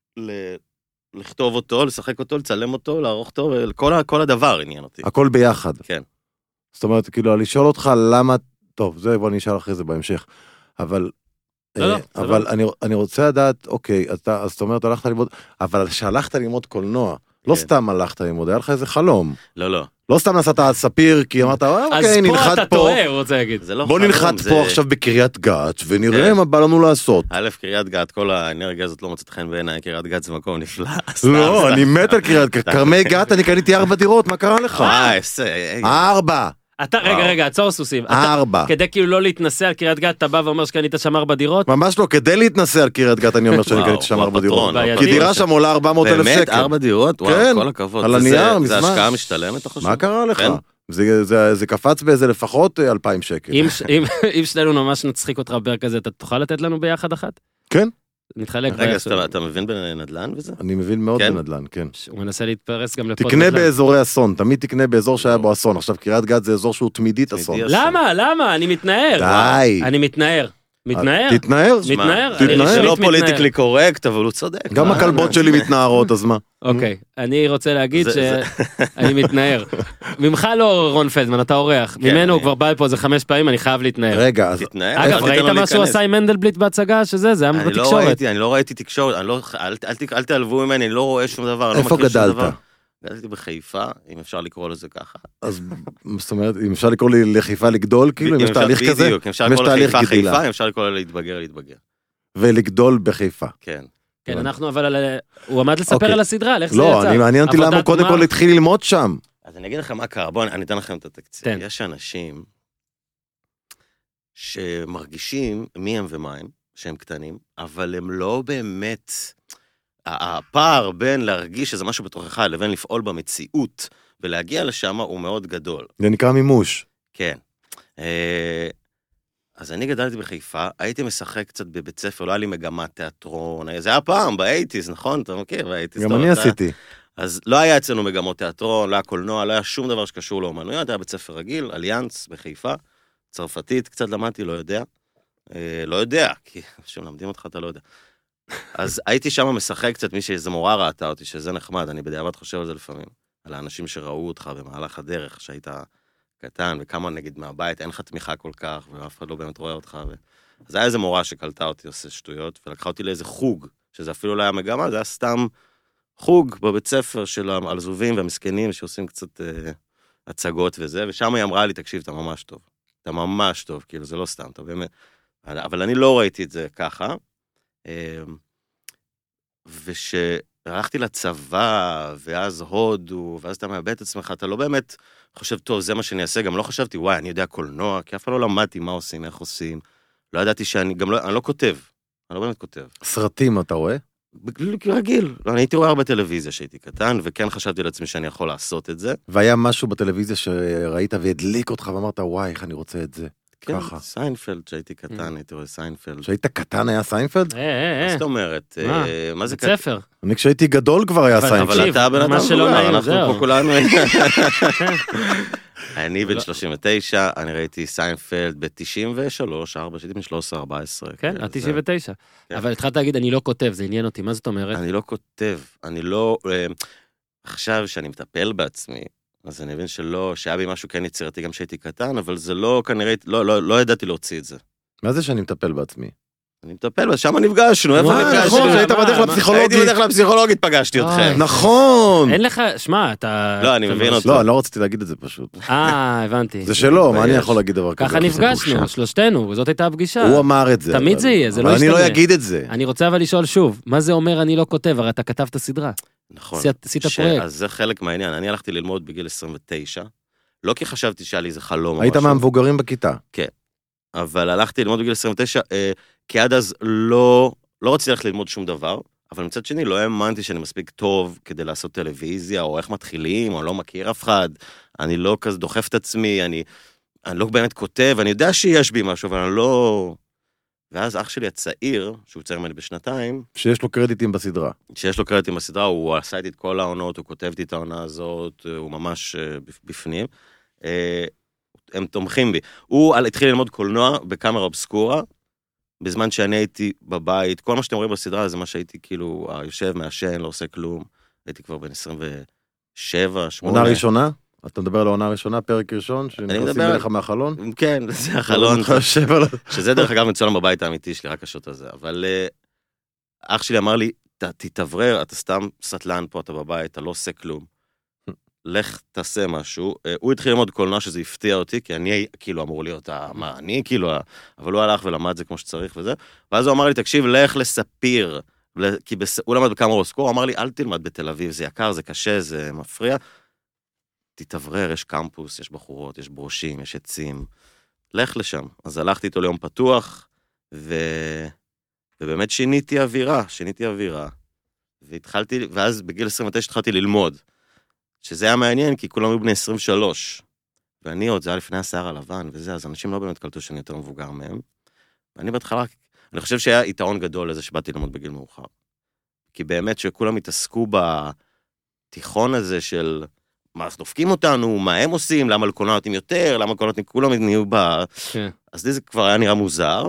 ל- לכתוב אותו, לשחק אותו, לצלם אותו, לערוך אותו, כל, ה- כל הדבר עניין אותי. הכל ביחד. כן. זאת אומרת, כאילו, לשאול אותך למה, טוב, זה בוא נשאל אחרי זה בהמשך, אבל, לא, לא, אה, זה אבל לא. אני, אני רוצה לדעת, אוקיי, אתה, אז זאת אומרת, הלכת ללמוד, אבל כשהלכת ללמוד קולנוע, לא כן. סתם הלכת ללמוד, היה לך איזה חלום. לא, לא. לא סתם נסעת ספיר, כי אמרת, אז אוקיי, פה ננחת אתה פה, טועה, הוא רוצה להגיד. זה לא בוא חלום, ננחת זה- פה עכשיו בקריית גת, ונראה כן. מה בא לנו לעשות. א', קריית גת, כל האנרגיה הזאת לא מוצאת חן בעיניי, קריית גת זה מקום נפלא. לא, אני מת על קריית גת, כרמי גת, אני קניתי ארבע דירות, מה קרה לך? אה, איזה... ארבע, אתה, רגע, וואו. רגע, עצור סוסים. אתה- ארבע. כדי כאילו לא להתנסה על קריית גת, אתה בא ואומר שקנית שם ארבע דירות? ממש לא, כדי להתנסה על קריית גת, אני אומר שאני וואו, קניתי שם הוא ארבע הפטרון, דירות. הוא כי דירה הפטרון. שם עולה ארבע מאות אלף באמת, שקל. ארבע דירות? וואו, כן, כל הכבוד. על זה- הנייר, זה מזמן. השקעה משתלמת, אתה חושב? מה קרה לך? כן. זה, זה, זה קפץ באיזה לפחות אה, אלפיים שקל. אם ש- אם- אם שנינו ממש נצחיק אותך בפרק הזה, אתה תוכל לתת לנו ביחד אחת? כן. נתחלק. רגע, ביחד. אז אתה- אתה מבין בנדל"ן וזה? אני מבין מאוד כן? בנדל"ן, כן. הוא מנסה להתפרס גם לפה. תקנה באזורי אסון, תמיד תקנה באזור שהיה בו אסון. עכשיו, קריית גת זה אזור שהוא תמידית תמידי אסון. אסון. למה? למה? אני מתנער. די. אני מתנער. מתנער? תתנער. מתנער? תתנער. אני זה רשמית לא מתנער. פוליטיקלי קורקט, אבל הוא צודק. גם מה? הכלבות שלי מתנערות, אז מה? אוקיי, אני רוצה להגיד זה- שאני מתנער. ממך לא רון פלדמן, אתה אורח. כן, ממנו הוא אני- כבר בא לפה איזה חמש פעמים, אני חייב להתנער. רגע, אז תתנער. אגב, אל תיתן ראית לו מה שהוא להיכנס. עשה עם מנדלבליט בהצגה שזה? זה היה אני לא בתקשורת. ראיתי, אני לא ראיתי תקשורת, אני לא, אל, אל, אל, אל תעלבו ממני, אני לא רואה שום דבר, אני לא איפה מכיר שום גדלת? דבר. גדלתי בחיפה, אם אפשר לקרוא לזה ככה. אז זאת אומרת, אם אפשר לקרוא לי לחיפה לגדול, כאילו, אם יש אפשר- תהליך כזה, בדיוק, אם אפשר אם יש לקרוא תהליך לחיפה גדילה. חיפה, אם אפשר לקרוא לה להתבגר, להתבגר. ולגדול בחיפה. כן. כן, אנחנו אבל, על- הוא עמד לספר אוקיי. על הסדרה, על איך זה לא, יצא. אני מעניין אותי למה הוא עבודת קודם גמר. כל התחיל ללמוד שם. אז אני אגיד לכם מה קרה, בואו אני אתן לכם את התקציב. תן. יש אנשים שמרגישים מי הם ומה הם, שהם קטנים, אבל הם לא באמת... הפער בין להרגיש שזה משהו בתוכך לבין לפעול במציאות ולהגיע לשם הוא מאוד גדול. זה נקרא מימוש. כן. אה, אז אני גדלתי בחיפה, הייתי משחק קצת בבית ספר, לא היה לי מגמת תיאטרון, זה היה פעם, באייטיז, נכון? אתה מכיר, באייטיז. גם אני עשיתי. אז לא היה אצלנו מגמות תיאטרון, לא היה קולנוע, לא היה שום דבר שקשור לאומנויות, היה בית ספר רגיל, אליאנס בחיפה, צרפתית, קצת למדתי, לא יודע. אה, לא יודע, כי כשמלמדים אותך אתה לא יודע. אז הייתי שם משחק קצת, מי שאיזו מורה ראתה אותי, שזה נחמד, אני בדיעבד חושב על זה לפעמים, על האנשים שראו אותך במהלך הדרך, שהיית קטן, וכמה נגיד מהבית, אין לך תמיכה כל כך, ואף אחד לא באמת רואה אותך. ו... אז היה איזו מורה שקלטה אותי, עושה שטויות, ולקחה אותי לאיזה חוג, שזה אפילו לא היה מגמה, זה היה סתם חוג בבית ספר של העלזובים והמסכנים, שעושים קצת אה, הצגות וזה, ושם היא אמרה לי, תקשיב, אתה ממש טוב. אתה ממש טוב, כאילו, זה לא סתם, אתה באמת. אבל אני לא ראיתי את זה ככה. ושהלכתי לצבא, ואז הודו, ואז אתה מאבד את עצמך, אתה לא באמת חושב, טוב, זה מה שאני אעשה, גם לא חשבתי, וואי, אני יודע קולנוע, כי אף פעם לא למדתי מה עושים, איך עושים, לא ידעתי שאני, גם לא, אני לא כותב, אני לא באמת כותב. סרטים, אתה רואה? רגיל, לא, אני הייתי רואה הרבה טלוויזיה שהייתי קטן, וכן חשבתי לעצמי שאני יכול לעשות את זה. והיה משהו בטלוויזיה שראית והדליק אותך ואמרת, וואי, איך אני רוצה את זה. כן, ככה. סיינפלד, שהייתי קטן, הייתי רואה סיינפלד. כשהיית קטן היה סיינפלד? אה, אה, מה אה, זאת אומרת? מה? אה, מה זה בית קטן? ספר. אני כשהייתי גדול כבר היה אבל- סיינפלד. אבל תקשיב, אתה בן מה אדם שלא מבוגר, נעים, אנחנו זהו. פה כולנו... אני בן שלושים ותשע, אני ראיתי סיינפלד ב-תשעים ושלוש, ארבע, שהייתי בן שלוש עשרה ארבע עשרה. כן, עד תשעים ותשע. כן. אבל התחלת להגיד, אני לא כותב, זה עניין אותי, מה זאת אומרת? אני לא כותב, אני לא... אה, עכשיו שאני מטפל בעצמי, אז אני מבין שלא, שהיה בי משהו כן יצירתי גם שהייתי קטן, אבל זה לא כנראה, לא, לא, לא ידעתי להוציא את זה. מה זה שאני מטפל בעצמי? אני מטפל, שם נפגשנו, איפה וואי, נפגשנו? נכון, מה, שהיית מה, בדרך מה? לפסיכולוגית. הייתי בדרך לפסיכולוגית, פגשתי אוי. אתכם. נכון! אין לך, שמע, אתה... לא, אני אתה מבין ממש- אותו. לא, אני לא רציתי להגיד את זה פשוט. אה, הבנתי. זה שלו, מה אני מתבייש. יכול להגיד דבר כזה? ככה נפגשנו, שלושתנו, זאת הייתה הפגישה. הוא אמר את זה. תמיד אבל- זה יהיה, זה לא אבל אני לא ישתנה. אגיד את זה. אני רוצה אבל לשאול שוב, מה זה אומר אני לא כותב? הרי אתה כתבת סדרה. נכון. עשית- עשית ש- פרויקט. אז זה חלק מהעניין. אני הלכתי ללמוד בגיל עשרים ותשע, לא כי חשבתי שהיה לי איזה חלום. או היית משהו, מהמבוגרים בכיתה. אבל הלכתי ללמוד בגיל עשרים ותשע, אה, כי עד אז לא, לא רציתי ללכת ללמוד שום דבר, אבל מצד שני לא האמנתי שאני מספיק טוב כדי לעשות טלוויזיה, או איך מתחילים, או לא מכיר אף אחד. אני לא כזה דוחף את עצמי, אני, אני לא באמת כותב, אני יודע שיש בי משהו, אבל אני לא... ואז אח שלי הצעיר, שהוא צעיר ממני בשנתיים, שיש לו קרדיטים בסדרה. שיש לו קרדיטים בסדרה, הוא עשה איתי את כל העונות, הוא כותב איתי את העונה הזאת, הוא ממש אה, בפנים. אה, הם תומכים בי. הוא על- התחיל ללמוד קולנוע בקאמרה אובסקורה, בזמן שאני הייתי בבית, כל מה שאתם רואים בסדרה זה מה שהייתי כאילו, יושב, מעשן, לא עושה כלום, הייתי כבר בן עשרים ושבע, שמונה. עונה ראשונה? אתה מדבר על העונה הראשונה, פרק ראשון, שנכנסים אליך מהחלון? כן, זה החלון, שזה דרך אגב מצולם בבית האמיתי שלי, רק השוט הזה, אבל אח שלי אמר לי, תתברר, אתה סתם סטלן פה, אתה בבית, אתה לא עושה כלום. לך תעשה משהו. הוא התחיל ללמוד קולנוע שזה הפתיע אותי, כי אני כאילו אמור להיות, מה, אני כאילו, אבל הוא הלך ולמד זה כמו שצריך וזה, ואז הוא אמר לי, תקשיב, לך לספיר, כי הוא למד בכמה רוסקור, הוא אמר לי, אל תלמד בתל אביב, זה יקר, זה קשה, זה מפריע, תתברר, יש קמפוס, יש בחורות, יש ברושים, יש עצים, לך לשם. אז הלכתי איתו ליום פתוח, ו... ובאמת שיניתי אווירה, שיניתי אווירה, והתחלתי, ואז בגיל עשרים ותשע התחלתי ללמוד, שזה היה מעניין, כי כולם היו בני עשרים ושלוש, ואני עוד, זה היה לפני השיער הלבן, וזה, אז אנשים לא באמת קלטו שאני יותר מבוגר מהם, ואני בהתחלה, אני חושב שהיה יתרון גדול לזה שבאתי ללמוד בגיל מאוחר, כי באמת שכולם התעסקו בתיכון הזה של, מה, אז דופקים אותנו, מה הם עושים, למה לקולנוע נותנים יותר, למה לקולנוע נותנים, כולם נהיו ב... כן. אז זה כבר היה נראה מוזר,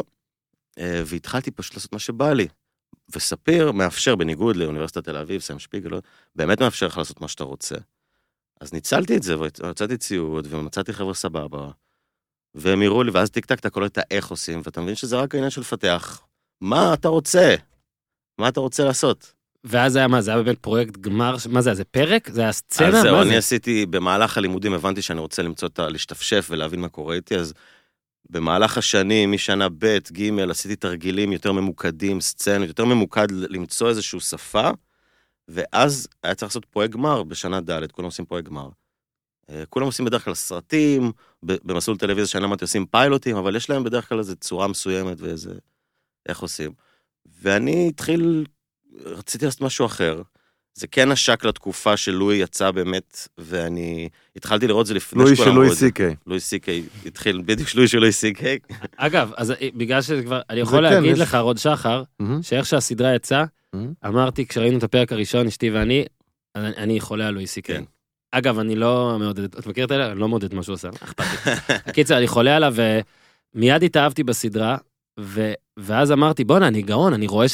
והתחלתי פשוט לעשות מה שבא לי, וספיר מאפשר, בניגוד לאוניברסיטת תל אביב, סם שפיגל, באמת מאפשר לך לעשות מה שאתה רוצה. אז ניצלתי את זה, ויצאתי ציוד, ומצאתי חבר'ה סבבה, והם הראו לי, ואז טיק-טק אתה קולט את איך עושים, ואתה מבין שזה רק העניין של לפתח. מה אתה רוצה? מה אתה רוצה לעשות? ואז היה מה, זה היה באמת פרויקט גמר, מה זה, זה פרק? זה היה סצנה? אז זהו, אני זה? עשיתי, במהלך הלימודים הבנתי שאני רוצה למצוא את ה... להשתפשף ולהבין מה קורה איתי, אז במהלך השנים, משנה ב', ג', עשיתי תרגילים יותר ממוקדים, סצנות, יותר ממוקד למצוא איזושהי שפה, ואז היה צריך לעשות פרויקט גמר בשנה ד', כולם עושים פרויקט גמר. כולם עושים בדרך כלל סרטים, במסלול טלוויזיה שאני למדתי עושים פיילוטים, אבל יש להם בדרך כלל איזו צורה מסוימת ואיזה, איך עושים. ואני התחיל, רציתי לעשות משהו אחר. זה כן השק לתקופה שלואי יצא באמת, ואני התחלתי לראות זה לפני לואי של לואי סי-קיי. לואי סי-קיי התחיל, בדיוק לואי של לואי סי-קיי. אגב, אז בגלל שזה כבר, אני יכול להגיד לך, רוד שחר, שאיך שהסדרה יצאה, אמרתי, כשראינו את הפרק הראשון, אשתי ואני, אני חולה על לואי סי-קיי. אגב, אני לא מעודד, את מכירת אלה? אני לא מעודד מה שהוא עושה, אכפת לי. הקיצר, אני חולה עליו, ומיד התאהבתי בסדרה, ואז אמרתי, בוא'נה, אני גאון, אני רואה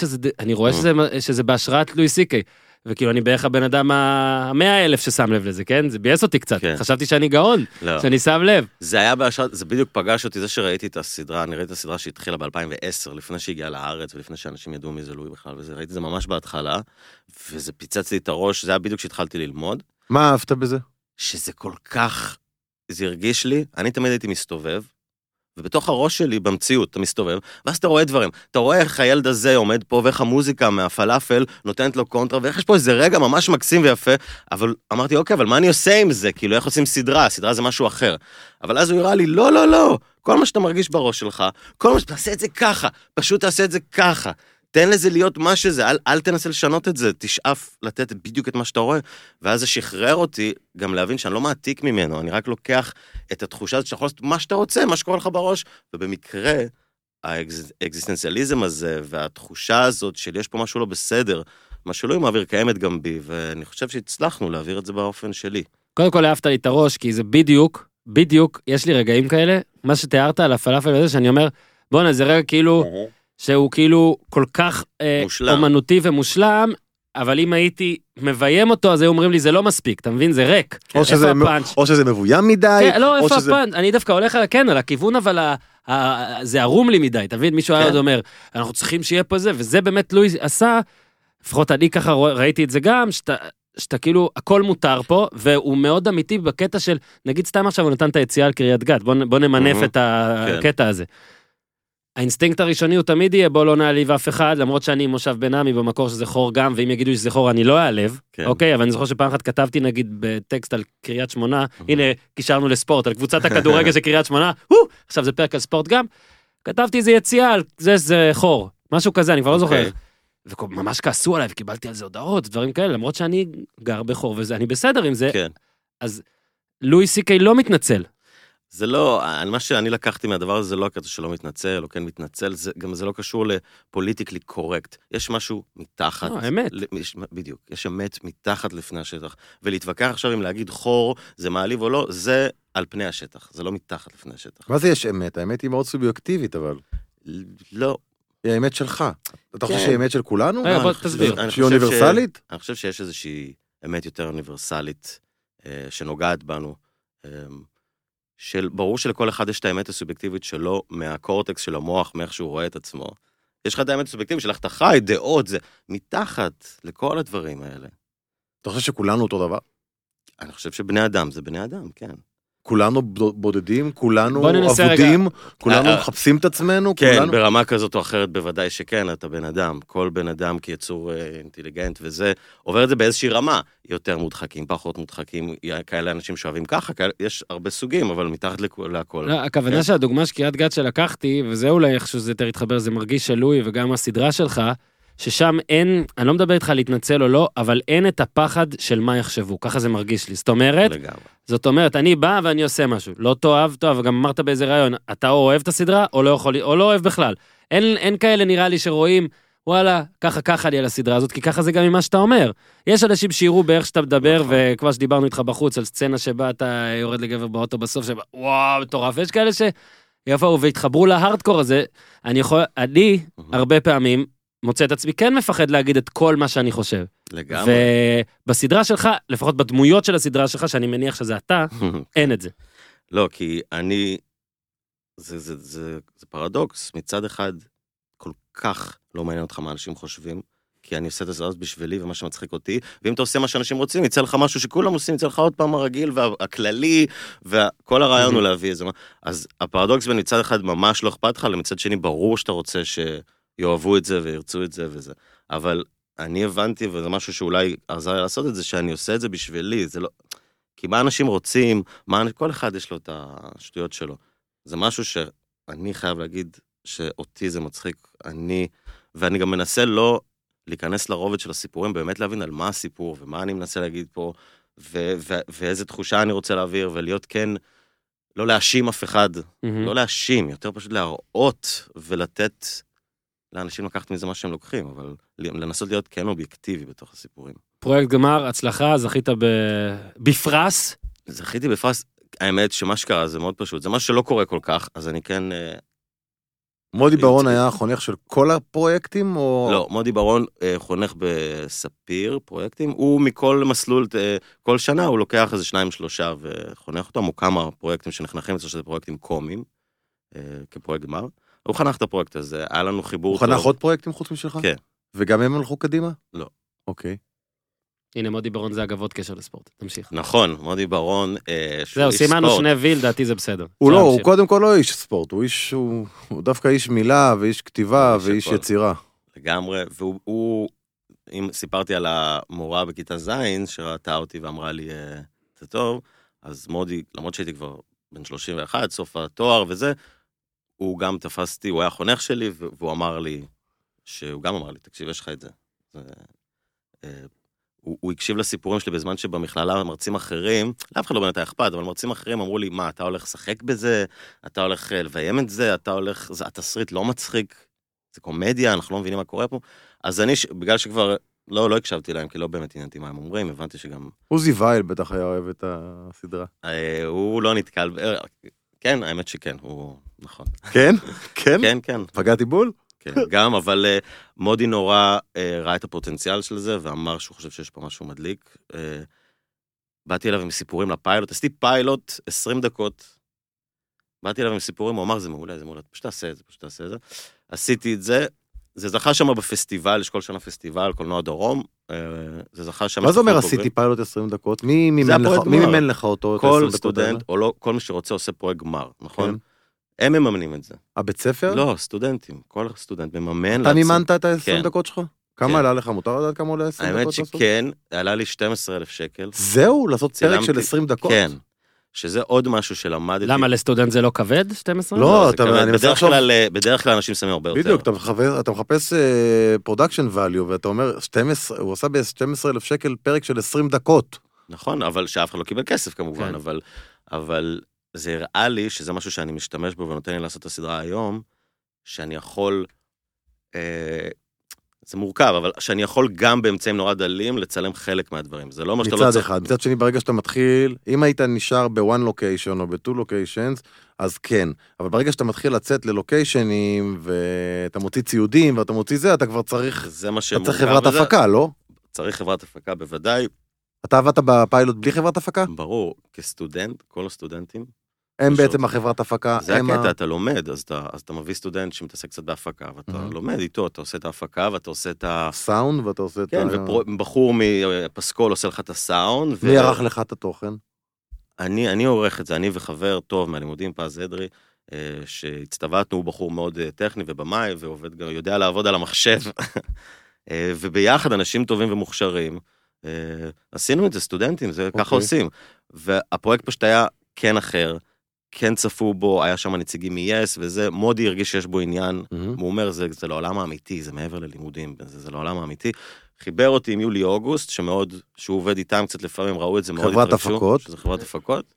שזה בהשראת לואי סי-קיי. וכאילו אני בערך הבן אדם המאה אלף ששם לב לזה, כן? זה בייס אותי קצת. חשבתי שאני גאון, שאני שם לב. זה היה בהשראת, זה בדיוק פגש אותי, זה שראיתי את הסדרה, אני ראיתי את הסדרה שהתחילה ב-אלפיים ועשר, לפני שהגיעה לארץ, ולפני שאנשים ידעו מי זה לואי בכלל, וזה, ראיתי את זה ממש בהתחלה, וזה פיצץ לי את הראש, זה היה בדיוק שהתחלתי ללמוד. מה אהבת בזה? שזה כל כך, זה הרגיש לי, אני תמיד הייתי מסתובב, ובתוך הראש שלי, במציאות, אתה מסתובב, ואז אתה רואה דברים. אתה רואה איך הילד הזה עומד פה, ואיך המוזיקה מהפלאפל נותנת לו קונטרה, ואיך יש פה איזה רגע ממש מקסים ויפה, אבל אמרתי, אוקיי, אבל מה אני עושה עם זה? כאילו, איך עושים סדרה? סדרה זה משהו אחר. אבל אז הוא הראה לי, לא, לא, לא, כל מה שאתה מרגיש בראש שלך, כל מה שאתה תעשה את זה ככה, פשוט תעשה את זה ככה. תן לזה להיות מה שזה, אל, אל תנסה לשנות את זה, תשאף לתת בדיוק את מה שאתה רואה, ואז זה שחרר אותי גם להבין שאני לא מעתיק ממנו, אני רק לוקח את התחושה הזאת שאתה יכול לעשות מה שאתה רוצה, מה שקורה לך בראש, ובמקרה, האקזיסטנציאליזם הזה, והתחושה הזאת של יש פה משהו לא בסדר, מה שלא עם האוויר קיימת גם בי, ואני חושב שהצלחנו להעביר את זה באופן שלי. קודם כל אהבת לי את הראש, כי זה בדיוק, בדיוק, יש לי רגעים כאלה, מה שתיארת על הפלאפל הזה, שאני אומר, בוא'נה, זה רגע כאילו, שהוא כאילו כל כך אה, אומנותי ומושלם, אבל אם הייתי מביים אותו, אז היו אומרים לי, זה לא מספיק, אתה מבין? זה ריק. או, שזה, או שזה מבוים מדי. כן, לא, איפה שזה... הפאנץ'? אני דווקא הולך על, כן, על הכיוון, אבל ה, ה, זה ערום לי מדי, אתה מבין? מישהו כן. היה עוד אומר, אנחנו צריכים שיהיה פה זה, וזה באמת לואי עשה, לפחות אני ככה ראיתי את זה גם, שאתה, שאתה כאילו, הכל מותר פה, והוא מאוד אמיתי בקטע של, נגיד סתם עכשיו הוא נתן את היציאה על קריית גת, בוא, בוא נמנף את הקטע הזה. האינסטינקט הראשוני הוא תמיד יהיה, בוא לא נעליב אף אחד, למרות שאני מושב בן עמי במקור שזה חור גם, ואם יגידו שזה חור אני לא אעלב, כן. אוקיי, אבל אני זוכר שפעם אחת כתבתי נגיד בטקסט על קריית שמונה, הנה קישרנו לספורט, על קבוצת הכדורגל של קריית שמונה, הו, עכשיו זה פרק על ספורט גם, כתבתי איזה יציאה על זה, זה חור, משהו כזה, אני כבר לא זוכר, וממש כעסו עליי, וקיבלתי על זה הודעות, דברים כאלה, למרות שאני גר בחור, וזה, אני בסדר עם זה, כן. אז לואי סי-קיי לא מתנצל. זה לא, מה שאני לקחתי מהדבר הזה, זה לא הקטע שלא מתנצל, או כן מתנצל, זה, גם זה לא קשור לפוליטיקלי קורקט. יש משהו מתחת. לא, אמת. יש, בדיוק, יש אמת מתחת לפני השטח. ולהתווכח עכשיו אם להגיד חור, זה מעליב או לא, זה על פני השטח, זה לא מתחת לפני השטח. מה זה יש אמת? האמת היא מאוד סובייקטיבית, אבל. לא, היא האמת שלך. אתה חושב כן. שהיא האמת של כולנו? רגע, בוא אני חושב- תסביר. אני שהיא חושב ש- אוניברסלית? אני חושב שיש איזושהי אמת יותר אוניברסלית אה, שנוגעת בנו. אה, של, ברור שלכל אחד יש את האמת הסובייקטיבית שלו מהקורטקס של המוח, מאיך שהוא רואה את עצמו. יש לך את האמת הסובייקטיבית של איך אתה חי, דעות, זה מתחת לכל הדברים האלה. אתה חושב שכולנו אותו דבר? אני חושב שבני אדם זה בני אדם, כן. כולנו בודדים, כולנו בוא ננסה עבודים, כולנו אה, אה. מחפשים את עצמנו, כן, כולנו... ברמה כזאת או אחרת בוודאי שכן, אתה בן אדם, כל בן אדם כיצור אה, אינטליגנט וזה, עובר את זה באיזושהי רמה, יותר מודחקים, פחות מודחקים, כאלה אנשים שאוהבים ככה, כאלה, יש הרבה סוגים, אבל מתחת לכ- להכל. לא, הכוונה שהדוגמה שקריית גת שלקחתי, וזה אולי איכשהו זה יותר התחבר, זה מרגיש שלוי, וגם הסדרה שלך, ששם אין, אני לא מדבר איתך להתנצל או לא, אבל אין את הפחד של מה יחשבו, ככה זה מרגיש לי. זאת אומרת, לגמרי. זאת אומרת, אני בא ואני עושה משהו, לא תאהב, תאהב, וגם אמרת באיזה רעיון, אתה או אוהב את הסדרה, או לא יכול, או לא אוהב בכלל. אין, אין כאלה נראה לי שרואים, וואלה, ככה ככה לי על הסדרה הזאת, כי ככה זה גם ממה שאתה אומר. יש אנשים שיראו באיך שאתה מדבר, נכון. וכבר שדיברנו איתך בחוץ על סצנה שבה אתה יורד לגבר באוטו בסוף, שבה, וואו, מטורף, יש כאלה שיבואו והתחברו להארדקור הזה. אני יכול, אני, הרבה פעמים, מוצא את עצמי כן מפחד להגיד את כל מה שאני חושב. לגמרי. ובסדרה שלך, לפחות בדמויות של הסדרה שלך, שאני מניח שזה אתה, אין את זה. לא, כי אני, זה, זה, זה, זה פרדוקס, מצד אחד, כל כך לא מעניין אותך מה אנשים חושבים, כי אני עושה את הסדרה הזאת בשבילי ומה שמצחיק אותי, ואם אתה עושה מה שאנשים רוצים, יצא לך משהו שכולם עושים, יצא לך עוד פעם הרגיל והכללי, וכל הרעיון הוא להביא את זה. אז הפרדוקס בין מצד אחד ממש לא אכפת לך, למצד שני ברור שאתה רוצה שיאהבו את זה וירצו את זה וזה. אבל אני הבנתי, וזה משהו שאולי עזר לי לעשות את זה, שאני עושה את זה בשבילי, זה לא... כי מה אנשים רוצים, מה... כל אחד יש לו את השטויות שלו. זה משהו שאני חייב להגיד שאותי זה מצחיק, אני, ואני גם מנסה לא להיכנס לרובד של הסיפורים, באמת להבין על מה הסיפור, ומה אני מנסה להגיד פה, ו- ו- ואיזה תחושה אני רוצה להעביר, ולהיות כן, לא להאשים אף אחד, לא להאשים, יותר פשוט להראות, ולתת לאנשים לקחת מזה מה שהם לוקחים, אבל לנסות להיות כן אובייקטיבי בתוך הסיפורים. פרויקט גמר, הצלחה, זכית ב... בפרס. זכיתי בפרס, האמת שמה שקרה זה מאוד פשוט, זה מה שלא קורה כל כך, אז אני כן... מודי ברון היה חונך של כל הפרויקטים, או... לא, מודי ברון חונך בספיר פרויקטים, הוא מכל מסלול, כל שנה הוא לוקח איזה שניים שלושה וחונך אותם, הוא כמה פרויקטים שנחנכים אצלו שזה פרויקטים קומיים, כפרויקט גמר. הוא חנך את הפרויקט הזה, היה לנו חיבור הוא חנך עוד פרויקטים חוץ משלך? כן. וגם הם הלכו קדימה? לא. אוקיי. הנה, מודי ברון זה אגבות קשר לספורט. תמשיך. נכון, מודי ברון, זהו, סימנו שני ויל, דעתי זה בסדר. הוא לא, הוא קודם כל לא איש ספורט, הוא איש, הוא דווקא איש מילה, ואיש כתיבה, ואיש יצירה. לגמרי, והוא, אם סיפרתי על המורה בכיתה זין, שראתה אותי ואמרה לי, זה טוב, אז מודי, למרות שהייתי כבר בן שלושים ואחת, סוף התואר וזה, הוא גם תפסתי, הוא היה חונך שלי, והוא אמר לי, שהוא גם אמר לי, תקשיב, יש לך את זה. הוא, הוא הקשיב לסיפורים שלי בזמן שבמכללה מרצים אחרים, לאף אחד לא באמת היה אכפת, אבל מרצים אחרים אמרו לי, מה, אתה הולך לשחק בזה? אתה הולך לביים את זה? אתה הולך, זה התסריט לא מצחיק, זה קומדיה, אנחנו לא מבינים מה קורה פה. אז אני, בגלל שכבר לא, לא הקשבתי להם, כי לא באמת עניינתי מה הם אומרים, הבנתי שגם... עוזי וייל בטח היה אוהב את הסדרה. הוא לא נתקל, כן, האמת שכן, הוא נכון. כן? כן? כן, כן. פגעתי בול? כן, גם, אבל uh, מודי נורא uh, ראה את הפוטנציאל של זה, ואמר שהוא חושב שיש פה משהו מדליק. Uh, באתי אליו עם סיפורים לפיילוט, עשיתי פיילוט עשרים דקות, באתי אליו עם סיפורים, הוא אמר, זה מעולה, זה מעולה, פשוט תעשה את זה, פשוט תעשה את זה. עשיתי את זה, זה זכה שם בפסטיבל, יש כל שנה פסטיבל, קולנוע דרום, uh, זה זכה שם... מה זה אומר עשיתי פיילוט עשרים דקות? מי מימן לך אותו? כל סטודנט, או לא, כל מי שרוצה עושה פרויקט גמר, נכון? הם מממנים את זה. הבית ספר? לא, סטודנטים. כל סטודנט מממן. אתה מימנת את ה-עשרים דקות שלך? כמה עלה לך? מותר לדעת כמה עולה עשרים דקות לעשות? האמת שכן, עלה לי שנים עשר אלף שקל. זהו? לעשות פרק של עשרים דקות? כן. שזה עוד משהו שלמדתי. למה, לסטודנט זה לא כבד? שתים עשרה? לא, בדרך כלל אנשים שמים הרבה יותר. בדיוק, אתה מחפש פרודקשן ואליו, ואתה אומר, הוא עשה ב-שנים עשר אלף שקל פרק של עשרים דקות. נכון, אבל שאף אחד לא קיבל כסף כמובן, אבל... זה הראה לי שזה משהו שאני משתמש בו ונותן לי לעשות את הסדרה היום, שאני יכול, אה, זה מורכב, אבל שאני יכול גם באמצעים נורא דלים לצלם חלק מהדברים. זה לא מה שאתה לא מצד צריך... אחד. מצד שני, ברגע שאתה מתחיל, אם היית נשאר ב-one location או ב-two locations, אז כן. אבל ברגע שאתה מתחיל לצאת ללוקיישנים, ואתה מוציא ציודים, ואתה מוציא זה, אתה כבר צריך... זה מה אתה שמורכב. צריך חברת וזה- הפקה, לא? צריך חברת הפקה, בוודאי. אתה עבדת בפיילוט בלי חברת הפקה? ברור, כסטודנט, כל הסטודנטים. הם פשוט. בעצם החברת הפקה. זה הם הקטע, ה- אתה לומד, אז אתה, אז אתה מביא סטודנט שמתעסק קצת בהפקה, ואתה Mhm. לומד איתו, אתה עושה את ההפקה, ואתה עושה את ה... סאונד, ואתה עושה את כן, ה... ובחור מפסקול עושה לך את הסאונד. מי ערך לך את התוכן? אני, אני עורך את זה, אני וחבר טוב מהלימודים, פז אדרי, אה, שהצטוותנו, הוא בחור מאוד אה, טכני ובמאי, ועובד, גם יודע לעבוד על המחשב. אה, וביחד, אנשים טובים ומוכשרים, אה, עשינו את זה, סטודנטים, זה ככה אוקיי. עושים. והפרויקט פשוט היה כן אחר, כן צפו בו, היה שם נציגים מ-yes, וזה, מודי הרגיש שיש בו עניין, הוא אומר, זה, זה לא עולם האמיתי, זה מעבר ללימודים, זה, זה לא עולם האמיתי. חיבר אותי עם יולי אוגוסט, שמאוד, שהוא עובד איתם קצת לפעמים, ראו את זה מאוד חברת התרגשו, הפקות. שזה חברת הפקות.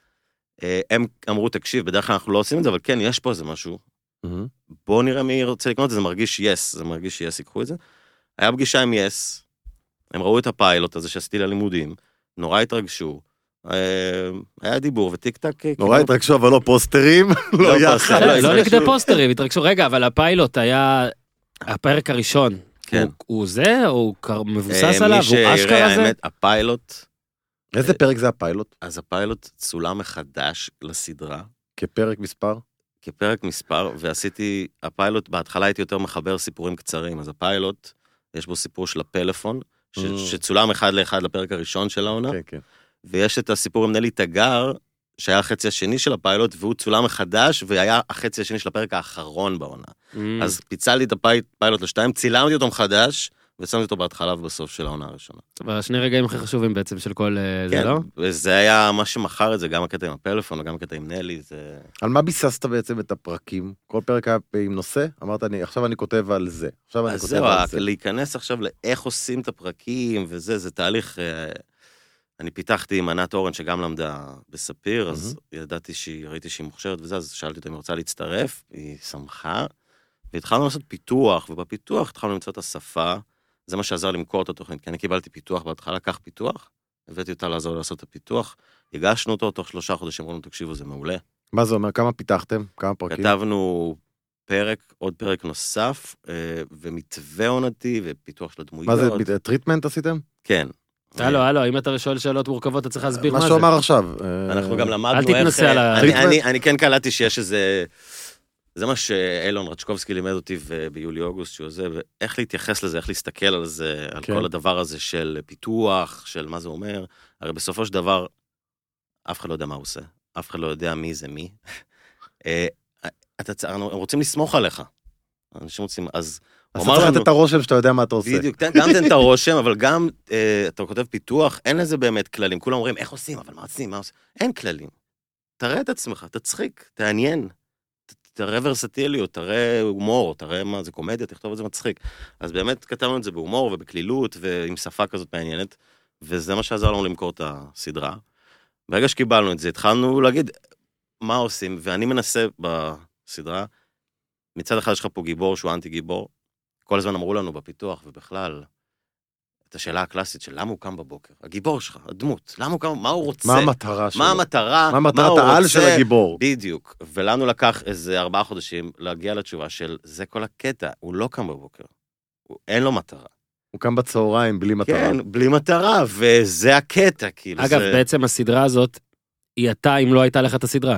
אה, הם אמרו, תקשיב, בדרך כלל אנחנו לא עושים את זה, אבל כן, יש פה איזה משהו. מהמם. בוא נראה מי רוצה לקנות את זה, זה מרגיש yes, זה מרגיש yes, ייקחו את זה. היה פגישה עם yes, הם ראו את הפיילוט הזה שעשיתי ללימודים, נורא התרגשו, אה, היה דיבור וטיק טק. נורא התרגשו, אבל לא פוסטרים, לא לא יחד. פוסטרים. לא, לא התרגשו. נגדי פוסטרים, התרגשו. רגע, אבל הפיילוט היה הפרק הראשון. כן. הוא- הוא זה, או הוא קר- מבוסס אה, עליו? מי הוא שיראה, אשכרה זה? האמת, הפיילוט, איזה פרק זה הפיילוט? אז הפיילוט צולם מחדש לסדרה, כפרק מספר? כפרק מספר, ועשיתי, הפיילוט, בהתחלה הייתי יותר מחבר סיפורים קצרים, אז הפיילוט, יש בו סיפור של הפלאפון, ש- Mm. שצולם אחד לאחד לפרק הראשון של העונה, כן, כן. ויש את הסיפור עם נלי תגר, שהיה החצי השני של הפיילוט, והוא צולם מחדש, והיה החצי השני של הפרק האחרון בעונה. Mm. אז פיצלתי את הפיילוט לשתיים, צילמתי אותו מחדש, ושמתי אותו בהתחלה ובסוף של העונה הראשונה. אבל השני רגעים הכי חשובים בעצם של כל אה, זה, כן, לא? וזה היה מה שמכר את זה, גם הקטע עם הפלאפון וגם הקטע עם נלי, זה... על מה ביססת בעצם את הפרקים? כל פרק היה עם נושא? אמרת, אני, עכשיו אני כותב על זה. עכשיו אני אז כותב זהו, על זה. להיכנס עכשיו לאיך עושים את הפרקים וזה, זה תהליך... אה, אני פיתחתי עם ענת אורן שגם למדה בספיר, אז ידעתי שהיא, ראיתי שהיא מוכשרת וזה, אז שאלתי אותה אם היא רוצה להצטרף, היא שמחה, והתחלנו לעשות פיתוח, ובפיתוח התחלנו למצוא את השפה, זה מה שעזר למכור את התוכנית, כי אני קיבלתי פיתוח בהתחלה, לקח פיתוח, הבאתי אותה לעזור לעשות את הפיתוח, הגשנו אותו, תוך שלושה חודשים, אמרנו, תקשיבו, זה מעולה. מה זה אומר? כמה פיתחתם? כמה פרקים? כתבנו פרק, עוד פרק נוסף, אה, ומתווה עונתי, ופיתוח של הדמויות. מה זה, טריטמנט עשיתם? כן. הלו, הלו, אם אתה שואל שאלות מורכבות, אתה צריך להסביר מה מה זה. שהוא אמר עכשיו. אנחנו גם למדנו אל איך... תתנסה על ה- אני- טריטמנט. אני- אני כן קלטתי שיש איזה... זה מה שאילון רצ'קובסקי לימד אותי ב- ביולי-אוגוסט, שהוא זה, ואיך להתייחס לזה, איך להסתכל על זה, על כן. כל הדבר הזה של פיתוח, של מה זה אומר. הרי בסופו של דבר, אף אחד לא יודע מה הוא עושה, אף אחד לא יודע מי זה מי. אה, אתה צ- הם רוצים לסמוך עליך. אנשים רוצים, אז... אז הוא אתה אמר צריך לנו- לתת את הרושם שאתה יודע מה אתה עושה. בדיוק, תן- גם תן את הרושם, אבל גם אה, אתה כותב פיתוח, אין לזה באמת כללים. כולם אומרים, איך עושים, אבל מה עושים, מה עושים? אין כללים. תראה את עצמך, תצחיק, תעניין. ת- תראה ורסטיליות, תראה הומור, תראה מה זה קומדיה, תכתוב את זה מצחיק. אז באמת כתבנו את זה בהומור ובקלילות ועם שפה כזאת מעניינת, וזה מה שעזר לנו למכור את הסדרה. ברגע שקיבלנו את זה, התחלנו להגיד מה עושים, ואני מנסה בסדרה, מצד אחד יש לך פה גיבור שהוא אנטי גיבור, כל הזמן אמרו לנו בפיתוח ובכלל, את השאלה הקלאסית של למה הוא קם בבוקר, הגיבור שלך, הדמות, למה הוא קם, מה הוא רוצה, מה המטרה שלו? מה המטרה, מה מה מטרת הוא העל רוצה, של הגיבור? בדיוק, ולנו לקח איזה ארבעה חודשים להגיע לתשובה של זה כל הקטע, הוא לא קם בבוקר, הוא, אין לו מטרה. הוא קם בצהריים בלי מטרה. כן, בלי מטרה, וזה הקטע, כאילו. אגב, זה... בעצם הסדרה הזאת, היא אתה אם לא הייתה לך את הסדרה.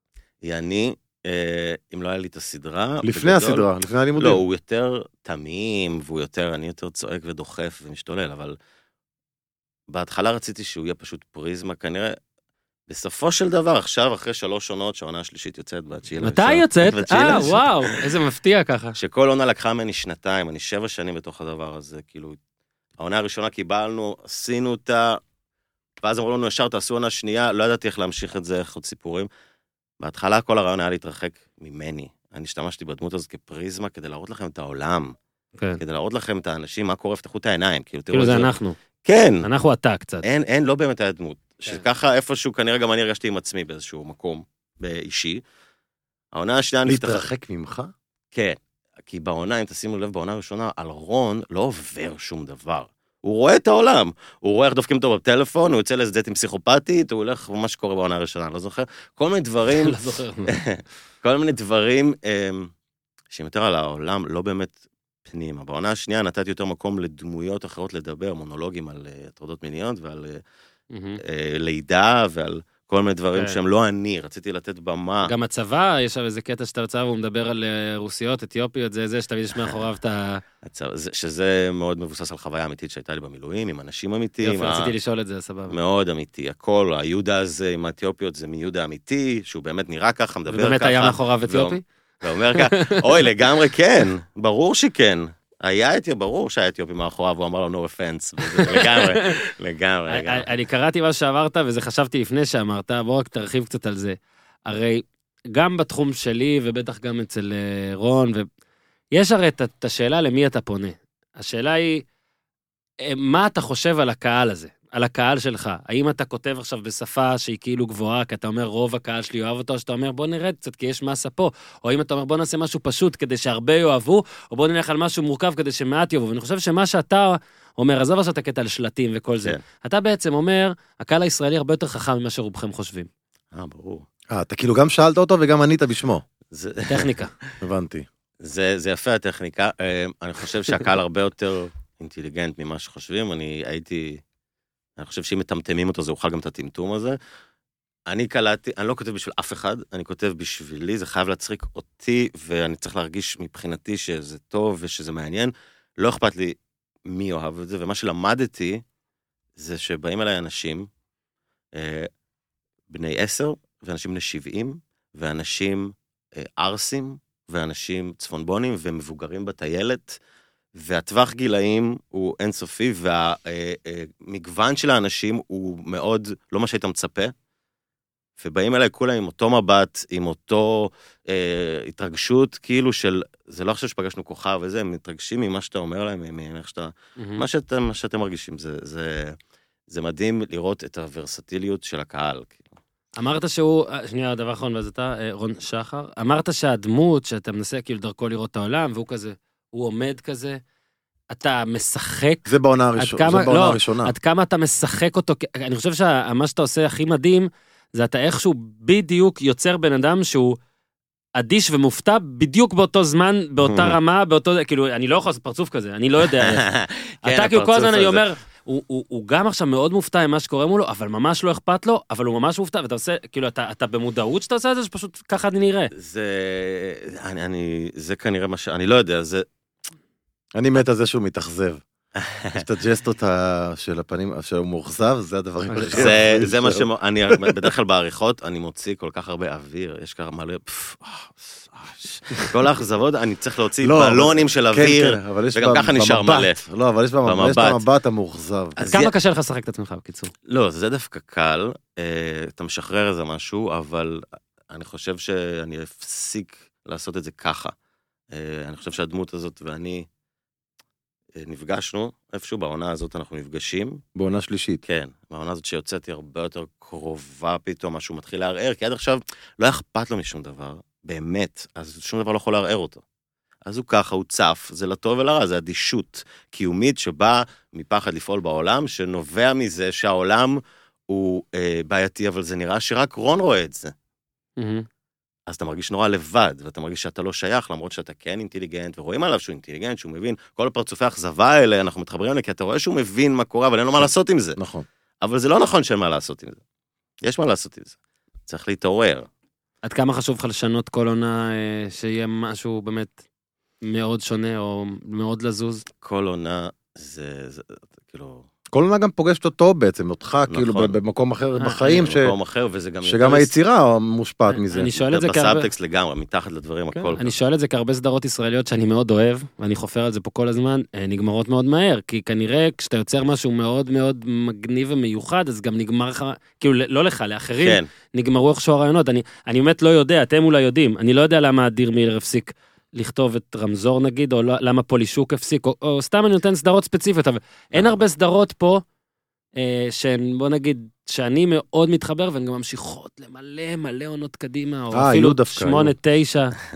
אני, אה, אם לא היה לי את הסדרה... לפני בגדול, הסדרה, לפני הלימודים. לא, הוא יותר תמים, והוא יותר, אני יותר צועק ודוחף ומשתולל, אבל בהתחלה רציתי שהוא יהיה פשוט פריזמה, כנראה, בסופו של דבר, עכשיו, אחרי שלוש עונות, שהעונה השלישית יוצאת בתשיעי מתי לראשון. יוצאת? בתשיעי אה, לראשון. וואו, איזה מפתיע ככה. שכל עונה לקחה ממני שנתיים, אני שבע שנים בתוך הדבר הזה, כאילו, העונה הראשונה קיבלנו, עשינו אותה, ואז אמרו לנו, ישר תעשו עונה שנייה, לא ידעתי איך להמשיך את זה, איך עוד סיפורים. בהתחלה כל הרעיון היה להתרחק ממני. אני השתמשתי בדמות הזאת כפריזמה, כדי להראות לכם את העולם, כן. כדי להראות לכם את האנשים, מה קורה, פתחו את העיניים, כאילו, תראו כאילו את זה זה. אנחנו. כן, אנחנו אתה קצת. אין, אין, לא באמת היה דמות. שככה איפשהו, כנראה גם אני הרגשתי עם עצמי באיזשהו מקום, באישי. העונה השנייה נפתחה... להתרחק ממך? כן. כי בעונה, אם תשימו לב, בעונה הראשונה, על רון לא עובר שום דבר. הוא רואה את העולם, הוא רואה איך דופקים אותו בטלפון, הוא יוצא לאיזה דייט עם פסיכופתית, הוא הולך, מה שקורה בעונה הראשונה, אני לא זוכר, כל מיני דברים, לא זוכר. כל מיני דברים, שהם יותר על העולם, לא באמת פנימה. בעונה השנייה נתתי יותר מקום לדמויות אחרות לדבר, מונולוגים על הטרדות מיניות, ועל לידה, ועל כל מיני דברים שהם לא אני, רציתי לתת במה. גם הצבא, יש שם איזה קטע שאתה בצבא, והוא מדבר על רוסיות, אתיופיות, זה זה, שתמיד יש מאחוריו את ה... שזה מאוד מבוסס על חוויה אמיתית שהייתה לי במילואים, עם אנשים אמיתיים. יופי, רציתי לשאול את זה, סבבה. מאוד אמיתי, הכל, היהודה הזה עם האתיופיות זה מיהודה אמיתי, שהוא באמת נראה ככה, מדבר ככה. ובאמת היה מאחוריו אתיופי? ואומר ככה, אוי, לגמרי כן, ברור שכן. היה אתיופי, ברור שהיה אתיופי מאחוריו, והוא אמר לו no offense, לגמרי, לגמרי, לגמרי. אני קראתי מה שאמרת, וזה חשבתי לפני שאמרת, בוא רק תרחיב קצת על זה. הרי גם בתחום שלי, ובטח גם אצל רון, יש הרי את השאלה למי אתה פונה. השאלה היא, מה אתה חושב על הקהל הזה? על הקהל שלך? האם אתה כותב עכשיו בשפה שהיא כאילו גבוהה, כי אתה אומר רוב הקהל שלי אוהב אותו, או שאתה אומר בוא נרד קצת כי יש מסה פה, או אם אתה אומר בוא נעשה משהו פשוט כדי שהרבה יאהבו, או בוא נלך על משהו מורכב כדי שמעט יאהבו, ואני חושב שמה שאתה אומר, עזוב עכשיו את הקטע על שלטים וכל זה, אתה בעצם אומר, הקהל הישראלי הרבה יותר חכם ממה שרובכם חושבים. אה, ברור. אה, אתה כאילו גם שאלת אותו וגם ענית בשמו. טכניקה. הבנתי. זה יפה הטכניקה, אני חושב שהקהל הרבה יותר אינטליגנט ממה שחושבים, אני הייתי אני חושב שאם מטמטמים אותו, זה אוכל גם את הטמטום הזה. אני קלטתי, אני לא כותב בשביל אף אחד, אני כותב בשבילי, זה חייב להצחיק אותי, ואני צריך להרגיש מבחינתי שזה טוב ושזה מעניין. לא אכפת לי מי אוהב את זה, ומה שלמדתי, זה שבאים אליי אנשים, אה, בני עשר, ואנשים בני שבעים, ואנשים אה, ארסים, ואנשים צפונבונים, ומבוגרים בטיילת, והטווח גילאים הוא אינסופי, והמגוון של האנשים הוא מאוד, לא מה שהיית מצפה, ובאים אליי כולם עם אותו מבט, עם אותו אה, התרגשות, כאילו של, זה לא עכשיו שפגשנו כוכב וזה, הם מתרגשים ממה שאתה אומר להם, מאיך שאתה, mm-hmm. מה שאתם, מה שאתם מרגישים, זה, זה, זה מדהים לראות את הוורסטיליות של הקהל. כאילו. אמרת שהוא, שנייה, הדבר האחרון, ואז אתה, רון שחר, אמרת שהדמות שאתה מנסה כאילו דרכו לראות את העולם, והוא כזה, הוא עומד כזה, אתה משחק. זה בעונה הראשונה. זה בעונה הראשונה. עד כמה אתה משחק אותו, אני חושב שמה שאתה עושה הכי מדהים, זה אתה איכשהו בדיוק יוצר בן אדם שהוא אדיש ומופתע בדיוק באותו זמן, באותה רמה, באותו, כאילו, אני לא יכול לעשות פרצוף כזה, אני לא יודע איך. אתה כאילו כל הזמן אני אומר, הוא גם עכשיו מאוד מופתע עם מה שקורה מולו, אבל ממש לא אכפת לו, אבל הוא ממש מופתע, ואתה עושה, כאילו, אתה במודעות שאתה עושה את זה, שפשוט ככה אני נראה. זה, אני, זה כנראה מה ש... אני לא יודע, זה... אני מת על זה שהוא מתאכזב. יש את הג'סטות של הפנים, שהוא מאוכזב, זה הדברים. זה מה שאני, בדרך כלל בעריכות, אני מוציא כל כך הרבה אוויר, יש ככה מלא, כל האכזבות, אני צריך להוציא בלונים של אוויר, וגם ככה נשאר מלא. לא, אבל יש במבט המאוכזב. כמה קשה לך לשחק את עצמך, בקיצור? לא, זה דווקא קל, אתה משחרר איזה משהו, אבל אני חושב שאני אפסיק לעשות את זה ככה. אני חושב שהדמות הזאת ואני, נפגשנו, איפשהו בעונה הזאת אנחנו נפגשים. בעונה שלישית. כן, בעונה הזאת שיוצאתי הרבה יותר קרובה פתאום, משהו מתחיל לערער, כי עד עכשיו לא אכפת לו משום דבר, באמת, אז שום דבר לא יכול לערער אותו. אז הוא ככה, הוא צף, זה לטוב ולרע, זה אדישות קיומית שבאה מפחד לפעול בעולם, שנובע מזה שהעולם הוא אה, בעייתי, אבל זה נראה שרק רון רואה את זה. Mm-hmm. אז אתה מרגיש נורא לבד, ואתה מרגיש שאתה לא שייך, למרות שאתה כן אינטליגנט, ורואים עליו שהוא אינטליגנט, שהוא מבין, כל פרצופי האכזבה האלה, אנחנו מתחברים אליהם, כי אתה רואה שהוא מבין מה קורה, אבל אין לו מה לעשות עם זה. נכון. אבל זה לא נכון שאין מה לעשות עם זה. יש מה לעשות עם זה. צריך להתעורר. עד כמה חשוב לך לשנות כל עונה, שיהיה משהו באמת מאוד שונה, או מאוד לזוז? כל עונה זה, זה כאילו... כל עונה גם פוגשת אותו בעצם, אותך כאילו במקום אחר בחיים, שגם היצירה מושפעת מזה. אני שואל את זה בסאבטקסט לגמרי, מתחת לדברים הכל. אני שואל את זה כהרבה סדרות ישראליות שאני מאוד אוהב, ואני חופר על זה פה כל הזמן, נגמרות מאוד מהר, כי כנראה כשאתה יוצר משהו מאוד מאוד מגניב ומיוחד, אז גם נגמר לך, כאילו לא לך, לאחרים, נגמרו איכשהו הרעיונות. אני באמת לא יודע, אתם אולי יודעים, אני לא יודע למה אדיר מילר הפסיק לכתוב את רמזור נגיד, או למה פולישוק הפסיק, או, או סתם אני נותן סדרות ספציפיות, אבל אין הרבה סדרות פה, אה, שהן, בוא נגיד, שאני מאוד מתחבר, והן גם ממשיכות למלא מלא עונות קדימה, או אה, אפילו שמונה, תשע.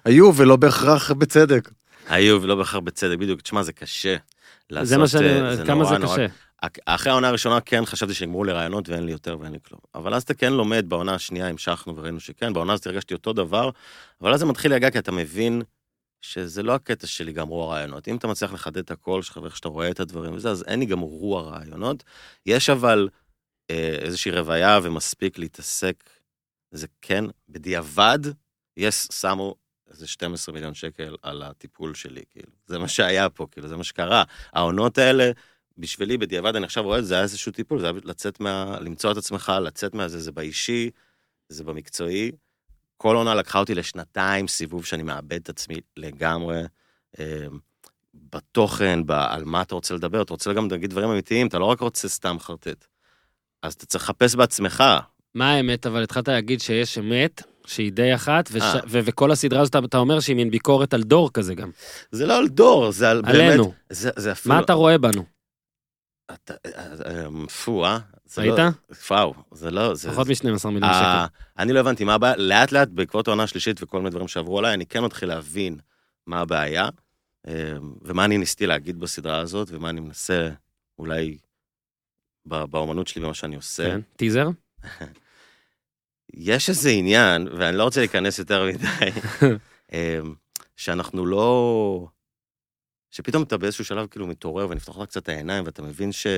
היו, ולא בהכרח בצדק. היו, ולא בהכרח בצדק, בדיוק, תשמע, זה קשה. זה מה שאני, כמה זה קשה. אחרי העונה הראשונה כן חשבתי שנגמרו לי רעיונות ואין לי יותר ואין לי כלום. אבל אז אתה כן לומד, בעונה השנייה המשכנו וראינו שכן, בעונה הזאת הרגשתי אותו דבר, אבל אז זה מתחיל להגיע כי אתה מבין שזה לא הקטע שלי גמרו הרעיונות. אם אתה מצליח לחדד את הכל, איך שאתה רואה את הדברים וזה, אז אין לי גמרו הרעיונות. יש אבל אה, איזושהי רוויה ומספיק להתעסק, זה כן, בדיעבד, יש, שמו איזה שנים עשר מיליון שקל על הטיפול שלי, כאילו. זה מה שהיה פה, כאילו, זה מה שקרה. העונות האלה, בשבילי, בדיעבד, אני עכשיו רואה את זה, היה איזשהו טיפול, זה היה לצאת מה, למצוא את עצמך, לצאת מהזה, זה באישי, זה במקצועי. כל עונה לקחה אותי לשנתיים, סיבוב שאני מאבד את עצמי לגמרי, אה, בתוכן, על מה אתה רוצה לדבר, אתה רוצה גם להגיד דברים אמיתיים, אתה לא רק רוצה סתם חרטט. אז אתה צריך לחפש בעצמך. מה האמת? אבל התחלת להגיד שיש אמת, שהיא די אחת, וש... ו- וכל הסדרה הזאת, אתה אומר שהיא מין ביקורת על דור כזה גם. זה לא על דור, זה על עלינו. באמת... זה, זה אפילו... מה אתה רואה בנו? אתה... פו, אה? ראית? לא... פאו, זה לא... זה... פחות מ-שנים עשר מיליון שקל. אני לא הבנתי מה הבעיה, לאט לאט, בעקבות העונה השלישית וכל מיני דברים שעברו עליי, אני כן מתחיל להבין מה הבעיה, ומה אני ניסיתי להגיד בסדרה הזאת, ומה אני מנסה אולי באומנות שלי במה שאני עושה. כן, טיזר? יש איזה עניין, ואני לא רוצה להיכנס יותר מדי, שאנחנו לא... שפתאום אתה באיזשהו שלב כאילו מתעורר, ונפתח לך קצת העיניים, ואתה מבין ש...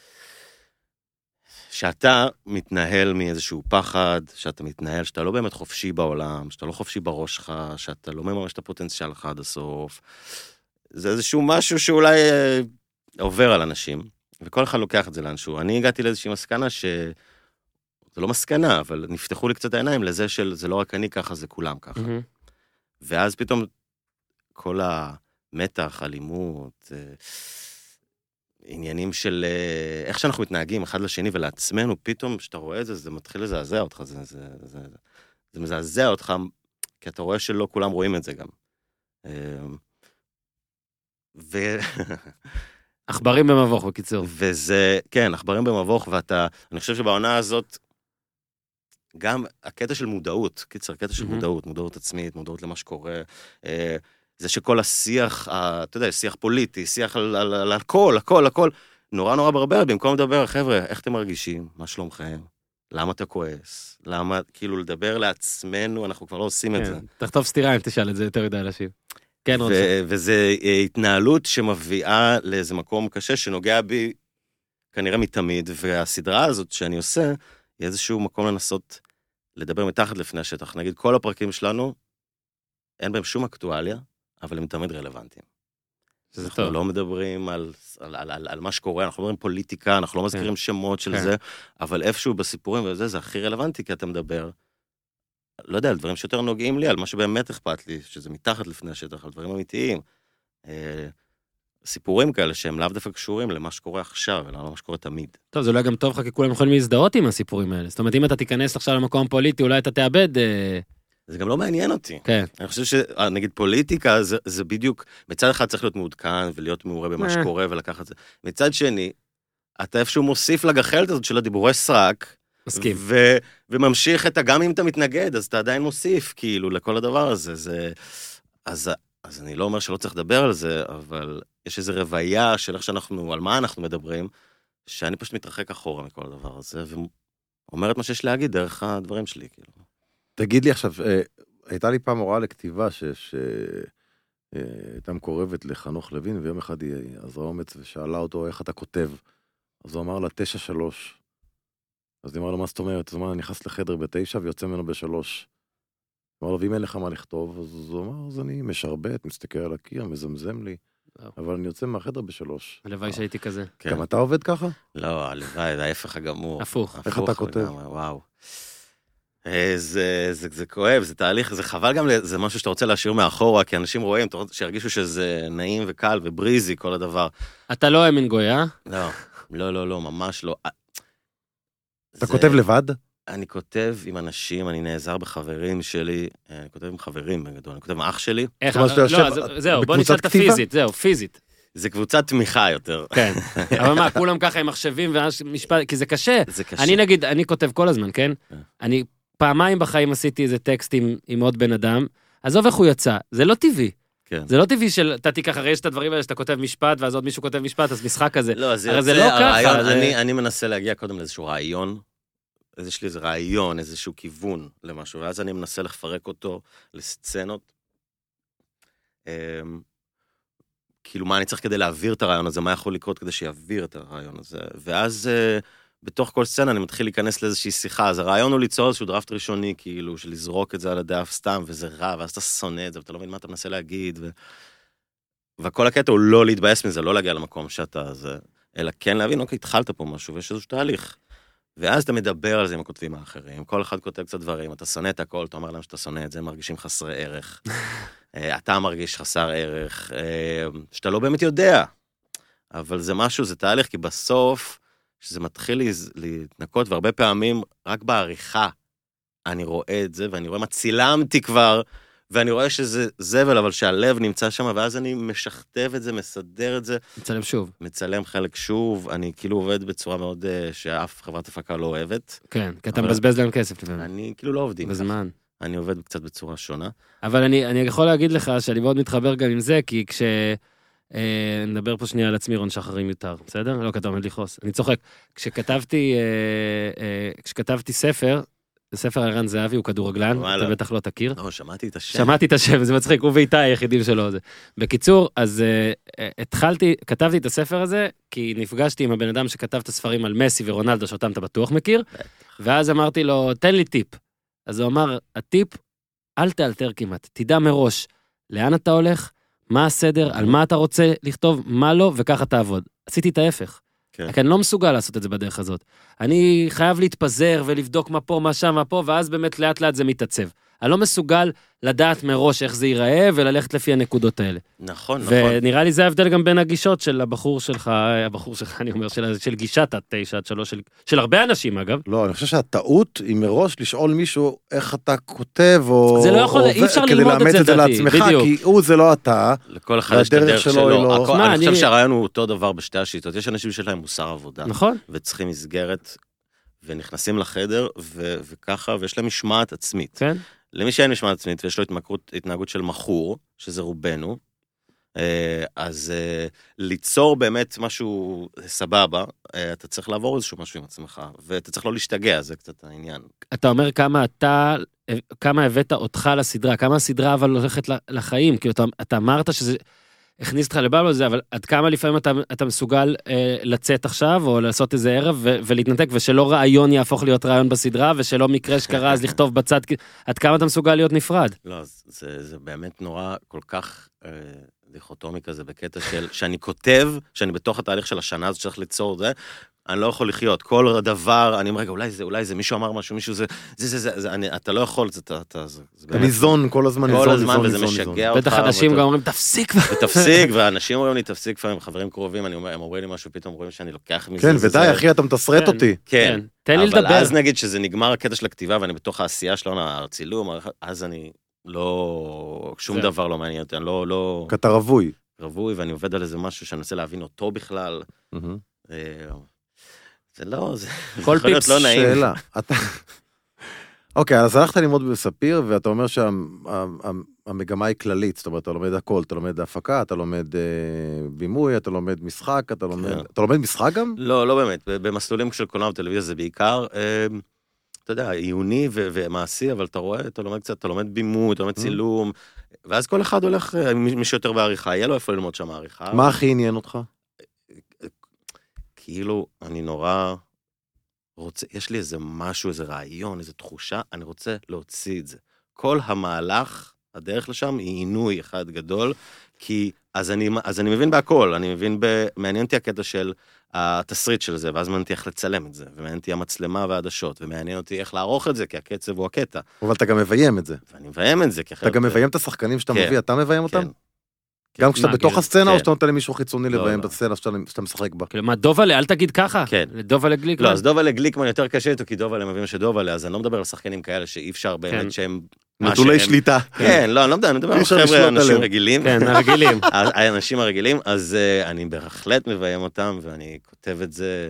שאתה מתנהל מאיזשהו פחד, שאתה מתנהל, שאתה לא באמת חופשי בעולם, שאתה לא חופשי בראש שלך, שאתה לא ממש את הפוטנציאל לך עד הסוף. זה איזשהו משהו שאולי אה, עובר על אנשים, וכל אחד לוקח את זה לאנשהו. אני הגעתי לאיזושהי מסקנה ש... זה לא מסקנה, אבל נפתחו לי קצת העיניים לזה של, זה לא רק אני ככה, זה כולם ככה. Mm-hmm. ואז פתאום כל המתח, אלימות, עניינים של איך שאנחנו מתנהגים אחד לשני ולעצמנו, פתאום שאתה רואה את זה, זה מתחיל לזעזע אותך, זה, זה, זה, זה מזעזע אותך, כי אתה רואה שלא כולם רואים את זה גם. ו... עכברים במבוך, בקיצור. וזה, כן, עכברים במבוך, ואתה, אני חושב שבעונה הזאת, גם הקטע של מודעות, קיצר, הקטע של מודעות, מודעות עצמית, מודעות למה שקורה, זה שכל השיח, אתה יודע, שיח פוליטי, שיח על הכל, הכל, הכל, נורא נורא ברבר, במקום לדבר, חבר'ה, איך אתם מרגישים? מה שלומכם? למה אתה כועס? למה, כאילו, לדבר לעצמנו, אנחנו כבר לא עושים את זה. תכתוב סתירה אם תשאל את זה יותר יודע אנשים. כן, רוצה. וזה התנהלות שמביאה לאיזה מקום קשה, שנוגע בי כנראה מתמיד, והסדרה הזאת שאני עושה, היא איזשהו מקום לנסות לדבר מתחת לפני השטח. נגיד, כל הפרקים שלנו, אין בהם שום אקטואליה, אבל הם תמיד רלוונטיים. אנחנו טוב. לא מדברים על, על, על, על, על מה שקורה, אנחנו לא מדברים פוליטיקה, אנחנו לא מזכירים כן. שמות של כן. זה, אבל איפשהו בסיפורים וזה, זה הכי רלוונטי, כי אתה מדבר, לא יודע, על דברים שיותר נוגעים לי, על מה שבאמת אכפת לי, שזה מתחת לפני השטח, על דברים אמיתיים. אה, סיפורים כאלה שהם לאו דווקא קשורים למה שקורה עכשיו, אלא למה שקורה תמיד. טוב, זה אולי גם טוב לך, כי כולם יכולים להזדהות עם הסיפורים האלה. זאת אומרת, אם אתה תיכנס עכשיו למקום פוליטי, אולי אתה תאבד... זה גם לא מעניין אותי. כן. אני חושב שנגיד פוליטיקה, זה, זה בדיוק, מצד אחד צריך להיות מעודכן, ולהיות מעורה במה שקורה, ולקחת זה. מצד שני, אתה איפשהו מוסיף לגחלת הזאת של הדיבורי סרק, מסכים. ו- וממשיך את גם אם אתה מתנגד, אז אתה עדיין מוסיף, כאילו, לכל הדבר הזה. זה... אז... אז אני לא אומר שלא צריך לדבר על זה, אבל יש איזו רוויה של איך שאנחנו, על מה אנחנו מדברים, שאני פשוט מתרחק אחורה מכל הדבר הזה, ואומר את מה שיש להגיד דרך הדברים שלי, כאילו. תגיד לי עכשיו, הייתה לי פעם הוראה לכתיבה שהייתה מקורבת לחנוך לוין, ויום אחד היא עזרה אומץ ושאלה אותו איך אתה כותב. אז הוא אמר לה תשע שלוש. אז היא אמרה לו, מה זאת אומרת? אז הוא אמר, אני נכנס לחדר בתשע ויוצא ממנו בשלוש. אמר לו, ואם אין לך מה לכתוב, אז הוא אמר, אז אני משרבט, מסתכל על הקיר, מזמזם לי, אבל אני יוצא מהחדר בשלוש. הלוואי שהייתי כזה. גם אתה עובד ככה? לא, הלוואי, זה ההפך הגמור. הפוך. איך אתה כותב? וואו. זה כואב, זה תהליך, זה חבל גם, זה משהו שאתה רוצה להשאיר מאחורה, כי אנשים רואים, שירגישו שזה נעים וקל ובריזי, כל הדבר. אתה לא אמינגוי, אה? לא, לא, לא, לא, ממש לא. אתה כותב לבד? אני כותב עם אנשים, אני נעזר בחברים שלי, אני כותב עם חברים בגדול, אני כותב עם אח שלי. איך? לא, זהו, בוא נשאל את הפיזית, זהו, פיזית. זה קבוצת תמיכה יותר. כן, אבל מה, כולם ככה עם מחשבים ומשפט, כי זה קשה. זה קשה. אני נגיד, אני כותב כל הזמן, כן? אני פעמיים בחיים עשיתי איזה טקסט עם עוד בן אדם, עזוב איך הוא יצא, זה לא טבעי. כן. זה לא טבעי שאתה תיקח, הרי יש את הדברים האלה שאתה כותב משפט, ואז עוד מישהו כותב משפט, אז משחק כזה. לא, זה, הרי זה, זה לא הרעיון, ככה. זה... אני, אני מנסה להגיע קודם לאיזשהו רעיון, יש לי איזה רעיון, איזשהו כיוון למשהו, ואז אני מנסה לפרק אותו לסצנות. כאילו, מה אני צריך כדי להעביר את הרעיון הזה, מה יכול לקרות כדי שיעביר את הרעיון הזה, ואז בתוך כל סצנה אני מתחיל להיכנס לאיזושהי שיחה, אז הרעיון הוא ליצור איזשהו דראפט ראשוני, כאילו, של לזרוק את זה על הדף סתם, וזה רע, ואז אתה שונא את זה, ואתה לא מבין מה אתה מנסה להגיד, ו... וכל הקטע הוא לא להתבאס מזה, לא להגיע למקום שאתה זה, אלא כן להבין, אוקיי, התחלת פה משהו, ויש איזשהו תהליך. ואז אתה מדבר על זה עם הכותבים האחרים, כל אחד כותב קצת דברים, אתה שונא את הכל, אתה אומר להם שאתה שונא את זה, הם מרגישים חסרי ערך. אתה מרגיש חסר ערך, שאתה לא באמת יודע. אבל זה משהו, זה תהליך, כי בסוף, שזה מתחיל להתנקות, והרבה פעמים, רק בעריכה, אני רואה את זה, ואני רואה מה צילמתי כבר, ואני רואה שזה זבל, אבל שהלב נמצא שם, ואז אני משכתב את זה, מסדר את זה. מצלם שוב. מצלם חלק שוב, אני כאילו עובד בצורה מאוד, שאף חברת הפקה לא אוהבת. כן, כי אתה מבזבז להם כסף לפעמים. אני כאילו לא עובדים. בזמן. אני עובד קצת בצורה שונה. אבל אני, אני יכול להגיד לך שאני מאוד מתחבר גם עם זה, כי כש... אה, נדבר פה שנייה על עצמי, רון שחרים מיותר, בסדר? לא, כי אתה עומד לכעוס. אני צוחק. כשכתבתי, אה, אה, כשכתבתי ספר, ספר ערן זהבי, הוא כדורגלן, וואלה. אתה בטח לא תכיר. לא, שמעתי את השם. שמעתי את השם, זה מצחיק, הוא ואיתי היחידים שלו. זה. בקיצור, אז uh, התחלתי, כתבתי את הספר הזה, כי נפגשתי עם הבן אדם שכתב את הספרים על מסי ורונלדו, שאותם אתה בטוח מכיר, ואז אמרתי לו, תן לי טיפ. אז הוא אמר, הטיפ, אל תאלתר כמעט, תדע מראש לאן אתה הולך, מה הסדר, על מה אתה רוצה לכתוב, מה לא, וככה תעבוד. עשיתי את ההפך. כן. כי אני לא מסוגל לעשות את זה בדרך הזאת. אני חייב להתפזר ולבדוק מה פה, מה שם, מה פה, ואז באמת לאט לאט זה מתעצב. אני לא מסוגל לדעת מראש איך זה ייראה, וללכת לפי הנקודות האלה. נכון, נכון. ונראה לי זה ההבדל גם בין הגישות של הבחור שלך, הבחור שלך, אני אומר, של, של גישת התשע עד שלוש, של, של הרבה אנשים, אגב. לא, אני חושב שהטעות היא מראש לשאול מישהו איך אתה כותב, או... זה לא יכול, אי אפשר ללמוד את זה, כדי לאמץ את זה לעצמך, בדיוק. כי הוא זה לא אתה. לכל אחד יש את הדרך שלו. שלו. לא. הכל, אני, אני חושב שהרעיון הוא אותו דבר בשתי השיטות. יש אנשים שיש להם מוסר עבודה. נכון. וצריכים מסגרת, ונכנסים לחדר, ו- וככה, ויש להם משמעת עצמית. כן. למי שאין משמעת עצמית, ויש לו התנהגות, התנהגות של מחור, שזה רובנו, אז ליצור באמת משהו סבבה, אתה צריך לעבור איזשהו משהו עם עצמך, ואתה צריך לא להשתגע, זה קצת העניין. אתה אומר כמה אתה, כמה הבאת אותך לסדרה, כמה הסדרה אבל הולכת לחיים, כאילו אתה, אתה אמרת שזה הכניס אותך לבלבול זה, אבל עד כמה לפעמים אתה, אתה מסוגל אה, לצאת עכשיו, או לעשות איזה ערב, ו- ולהתנתק, ושלא רעיון יהפוך להיות רעיון בסדרה, ושלא מקרה שקרה, אז לכתוב בצד, עד כמה אתה מסוגל להיות נפרד? לא, זה, זה באמת נורא כל כך אה, דיכוטומי כזה, בקטע של, שאני כותב, שאני בתוך התהליך של השנה הזאת שצריך ליצור זה, אני לא יכול לחיות, כל דבר, אני אומר, רגע, אולי זה, אולי זה, מישהו אמר משהו, מישהו זה, זה, זה, זה, זה אני, אתה לא יכול, זה, אתה, אתה, זה, זה באמת... ניזון, כל הזמן ניזון, כל הזמן, ניזון, וזה ניזון, משגע אותך. בטח אנשים גם אומרים, תפסיק כבר. ותפסיק, ואנשים אומרים לי, תפסיק כבר, חברים קרובים, אני אומר, הם אומרים לי משהו, פתאום רואים שאני לוקח מזה. כן, ודי, אחי, אתה מתסרט אותי. כן, תן לי לדבר. אבל אז נגיד שזה נגמר הקטע של הכתיבה, ואני בתוך העשייה שלנו, הצילום, אז אני לא, שום דבר לא מעניין אותי, אני לא, לא... כי אתה רווי. רווי, ואני עובד על איזה משהו שאני רוצה להבין אותו בכלל. זה לא, זה יכול להיות לא נעים. שאלה, אתה... אוקיי, אז הלכת ללמוד בספיר, ואתה אומר שהמגמה היא כללית, זאת אומרת, אתה לומד הכל, אתה לומד הפקה, אתה לומד בימוי, אתה לומד משחק, אתה לומד... אתה לומד משחק גם? לא, לא באמת, במסלולים של קולנוע וטלוויזיה זה בעיקר, אתה יודע, עיוני ומעשי, אבל אתה רואה, אתה לומד קצת, אתה לומד בימוי, אתה לומד צילום, ואז כל אחד הולך, מי שיותר בעריכה, יהיה לו איפה ללמוד שם העריכה. מה הכי עניין אותך? כאילו, אני נורא רוצה, יש לי איזה משהו, איזה רעיון, איזה תחושה, אני רוצה להוציא את זה. כל המהלך, הדרך לשם, היא עינוי אחד גדול, כי אז אני, אז אני מבין בהכל, אני מבין, ב, מעניין אותי הקטע של התסריט של זה, ואז מעניין אותי איך לצלם את זה, ומעניין אותי המצלמה והעדשות, ומעניין אותי איך לערוך את זה, כי הקצב הוא הקטע. אבל אתה גם מביים את זה. ואני מביים את זה, כי אחרת... אתה גם מביים את השחקנים שאתה כן. מביא, אתה מביים אותם? כן. גם כשאתה בתוך הסצנה, או שאתה נותן למישהו חיצוני לא, לביים לא. בסצנה שאתה משחק בה? כאילו, מה, דובלה, אל תגיד ככה. כן. דובלה גליקמן. לא, אז דובלה גליקמן יותר קשה איתו, כי דובלה מבין שדובלה, אז אני לא מדבר על שחקנים כאלה שאי אפשר באמת כן. שהם... נטולי שליטה. כן, לא, אני לא מדבר, אני מדבר על חבר'ה, אנשים רגילים. כן, הרגילים. האנשים הרגילים, אז אני בהחלט מביים אותם, ואני כותב את זה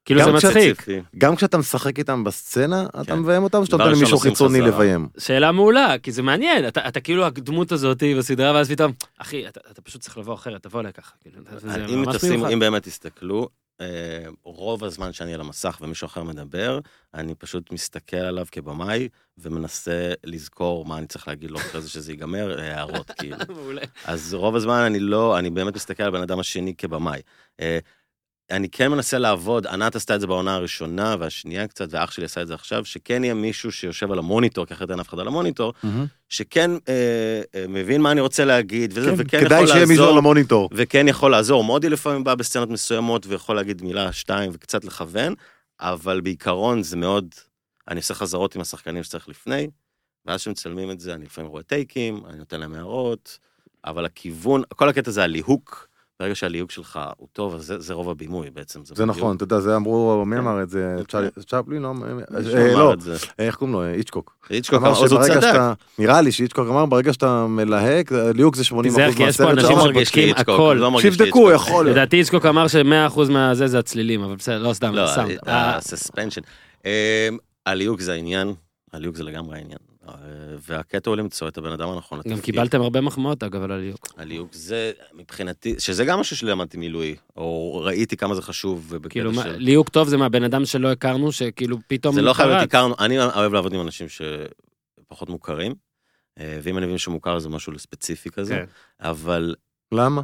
כאילו זה גם מצחיק. ספציפי. גם כשאתה משחק איתם בסצנה, אתה כן. מביים אותם, שאתה דבר נותן ראשון למישהו עושים חיצוני חזרה. לביים. שאלה מעולה, כי זה מעניין, אתה, אתה כאילו הדמות הזאת בסדרה, ואז פתאום, אחי, אתה, אתה פשוט צריך לבוא אחרת, תבוא אליי ככה. כאילו, זה אם ממש תשים, מיוחד. אם באמת תסתכלו, אה, רוב הזמן שאני על המסך ומישהו אחר מדבר, אני פשוט מסתכל עליו כבמאי, ומנסה לזכור מה אני צריך להגיד לו אחרי זה שזה ייגמר, הערות כאילו. מעולה. אז רוב הזמן אני לא, אני באמת מסתכל על בן אדם השני כבמאי. אה, אני כן מנסה לעבוד, ענת עשתה את זה בעונה הראשונה והשנייה קצת, ואח שלי עשה את זה עכשיו, שכן יהיה מישהו שיושב על המוניטור, כי אחרת אין אף אחד על המוניטור, שכן אה, אה, מבין מה אני רוצה להגיד, וזה, וכן יכול כדאי שיהיה מישהו על לעזור, המוניטור. וכן יכול לעזור. מודי לפעמים בא בסצנות מסוימות, ויכול להגיד מילה, שתיים, וקצת לכוון, אבל בעיקרון זה מאוד, אני עושה חזרות עם השחקנים שצריך לפני, ואז שמצלמים את זה, אני לפעמים רואה טייקים, אני נותן להם הערות, אבל הכיוון, כל הקטע זה הליהוק, ברגע שהליהוק שלך הוא טוב, אז זה, זה רוב הבימוי בעצם. זה נכון, אתה יודע, זה אמרו, מי אמר את זה? צ'פלין? לא, איך קוראים לו? איצ'קוק. איצ'קוק, אמר אז הוא שברגע צדק. שאתה, נראה לי שאיצ'קוק אמר, ברגע שאתה מלהק, ליהוק זה שמונים אחוז כי יש פה מהסרט. אנשים שאמר, שבודקים איצ'קוק, הכל. לא מרגיש לי שיבדקו, איצ'קוק. יכול להיות. לדעתי איצ'קוק אמר ש-מאה אחוז מהזה זה הצלילים, אבל בסדר, לא סתם, לא, סאונד. הסספנשן. הליהוק זה העניין, הליהוק זה לגמרי העניין. והקטע הוא למצוא את הבן אדם הנכון. גם קיבלתם הרבה מחמאות, אגב, על הליהוק. הליהוק זה מבחינתי, שזה גם משהו שלמדתי מילואי, או ראיתי כמה זה חשוב. כאילו, ליהוק טוב זה מהבן אדם שלא הכרנו, שכאילו פתאום... זה לא חייב להיות הכרנו, אני אוהב לעבוד עם אנשים שפחות מוכרים, ואם אני מבין שמוכר זה משהו ספציפי כזה, אבל... למה?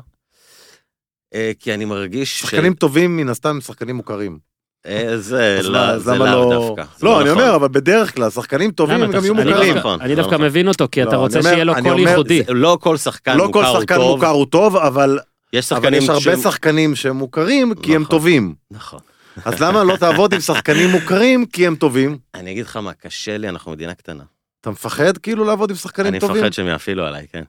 כי אני מרגיש ש... שחקנים טובים מן הסתם הם שחקנים מוכרים. זה לאו דווקא. לא, אני אומר, אבל בדרך כלל, שחקנים טובים הם גם יהיו מוכרים. אני דווקא מבין אותו, כי אתה רוצה שיהיה לו קול ייחודי. לא כל שחקן מוכר הוא טוב. לא כל שחקן מוכר הוא טוב, אבל יש הרבה שחקנים שהם מוכרים כי הם טובים. נכון. אז למה לא תעבוד עם שחקנים מוכרים כי הם טובים? אני אגיד לך מה, קשה לי, אנחנו מדינה קטנה. אתה מפחד כאילו לעבוד עם שחקנים טובים? אני מפחד שהם יפעילו עליי, כן.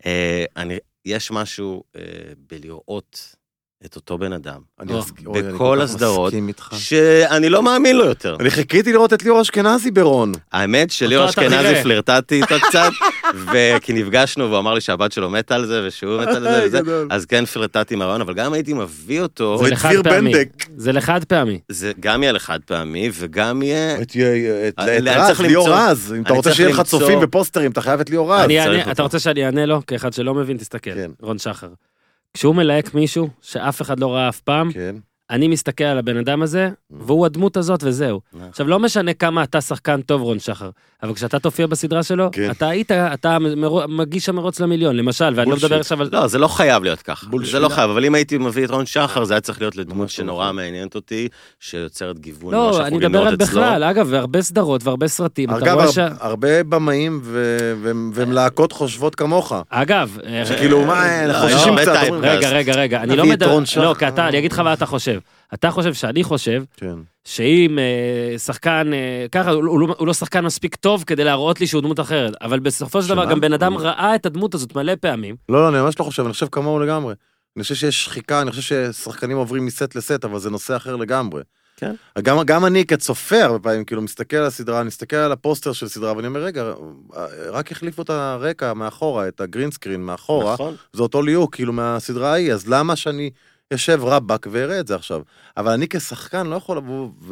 יש משהו בלראות את אותו בן אדם, בכל הסדרות, שאני לא מאמין לו יותר. אני חיכיתי לראות את ליאור אשכנזי ברון. האמת שליאור אשכנזי פלרטטתי איתו קצת, וכי נפגשנו והוא אמר לי שהבת שלו מת על זה, ושהוא מת על זה, אז כן פלרטטתי עם הרעיון, אבל גם הייתי מביא אותו... זה לחד פעמי. זה לחד פעמי. זה גם יהיה לחד פעמי, וגם יהיה... את רז, ליאור רז. אם אתה רוצה שיהיה לך צופים ופוסטרים, אתה חייב את ליאור רז. אתה רוצה שאני אענה לו? כאחד שלא מבין, תסתכל. רון שחר. כשהוא מלהק מישהו שאף אחד לא ראה אף פעם, כן. אני מסתכל על הבן אדם הזה, והוא הדמות הזאת וזהו. עכשיו, לא משנה כמה אתה שחקן טוב, רון שחר, אבל כשאתה תופיע בסדרה שלו, כן. אתה היית, אתה מגיש המרוץ למיליון, למשל, ואני לא מדבר עכשיו על... לא, זה לא חייב להיות ככה. זה לא חייב, אבל אם הייתי מביא את רון שחר, זה היה צריך להיות לדמות שנורא מעניינת אותי, שיוצרת גיוון. לא, אני מדבר על בכלל, אגב, והרבה סדרות והרבה סרטים. אגב, הרבה במאים ומלהקות חושבות כמוך. אגב, שכאילו, מה, חוששים קצת. רגע, רגע, רגע, אני לא מדבר... לא, כי אתה, אני אגיד לך מה אתה חושב. אתה חושב שאני חושב, שאם שחקן, ככה, הוא לא שחקן מספיק טוב כדי להראות לי שהוא דמות אחרת, אבל בסופו של דבר גם בן אדם ראה את הדמות הזאת מלא פעמים. לא, לא, אני ממש לא חושב, אני חושב כמוהו לגמרי. אני חושב שיש שחיקה, אני חושב ששחקנים עוברים מסט לסט, אבל זה נושא אחר לגמרי. כן. גם, גם אני כצופה הרבה פעמים, כאילו, מסתכל על הסדרה, אני מסתכל על הפוסטר של סדרה, ואני אומר, רגע, רק החליפו את הרקע מאחורה, את הגרין סקרין מאחורה, נכון. זה אותו ליהוק, כאילו, מהסדרה ההיא, אז למה שאני יושב רבק ואראה את זה עכשיו? אבל אני כשחקן לא יכול לבוא ו...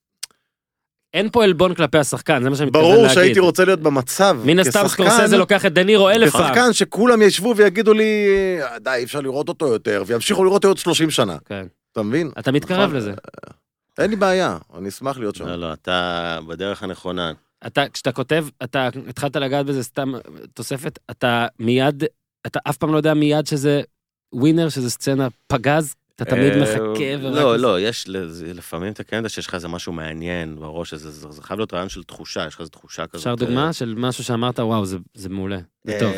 אין פה אלבון כלפי השחקן, זה מה שאני מתכוון להגיד. ברור שהייתי רוצה להיות במצב. מן הסתם סקורסזה לוקח את דנירו אלף פעם. כשחקן שכולם ישבו ויגידו לי, די, אפשר לראות אותו יותר, וימשיכו לראות עוד שלושים שנה. כן. אתה מבין? אתה מתקרב לזה. אין לי בעיה, אני אשמח להיות שם. לא, לא, אתה בדרך הנכונה. אתה, כשאתה כותב, אתה התחלת לגעת בזה סתם תוספת, אתה מיד, אתה אף פעם לא יודע מיד שזה ווינר, שזה סצנה פגז, אתה תמיד מחכה. לא, לא, יש, לפעמים אתה כן יודע שיש לך איזה משהו מעניין בראש, זה חייב להיות רעיון של תחושה, יש לך איזו תחושה כזאת. אפשר דוגמה של משהו שאמרת, וואו, זה מעולה, זה טוב.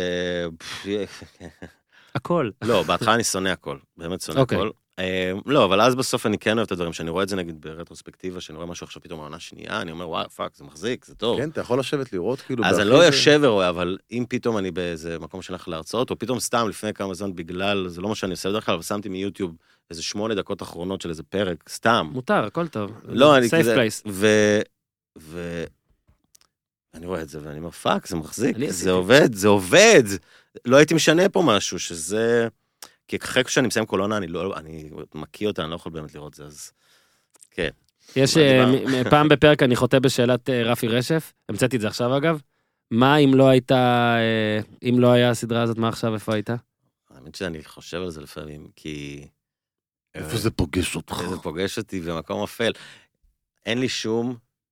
הכל. לא, בהתחלה אני שונא הכל, באמת שונא הכל. לא, אבל אז בסוף אני כן אוהב את הדברים, שאני רואה את זה נגיד ברטרוספקטיבה, שאני רואה משהו עכשיו פתאום העונה שנייה, אני אומר, וואו, פאק, זה מחזיק, זה טוב. כן, אתה יכול לשבת לראות כאילו... אז אני לא יושב ורואה, אבל אם פתאום אני באיזה מקום שלך להרצאות, או פתאום סתם לפני כמה זמן בגלל, זה לא מה שאני עושה בדרך כלל, אבל שמתי מיוטיוב איזה שמונה דקות אחרונות של איזה פרק, סתם. מותר, הכל טוב. לא, אני כזה... ו... אני רואה את זה ואני אומר, פאק, זה מחזיק, זה עובד, זה עובד. לא הייתי משנה פה משהו, שזה... כי אחרי כשאני מסיים קולונה, אני לא, אני מקיא אותה, אני לא יכול באמת לראות זה, אז... כן. יש פעם בפרק אני חוטא בשאלת רפי רשף, המצאתי את זה עכשיו אגב, מה אם לא הייתה, אם לא היה הסדרה הזאת, מה עכשיו, איפה הייתה? האמת שאני חושב על זה לפעמים, כי... איפה זה פוגש אותך? זה פוגש אותי במקום אפל. אין לי שום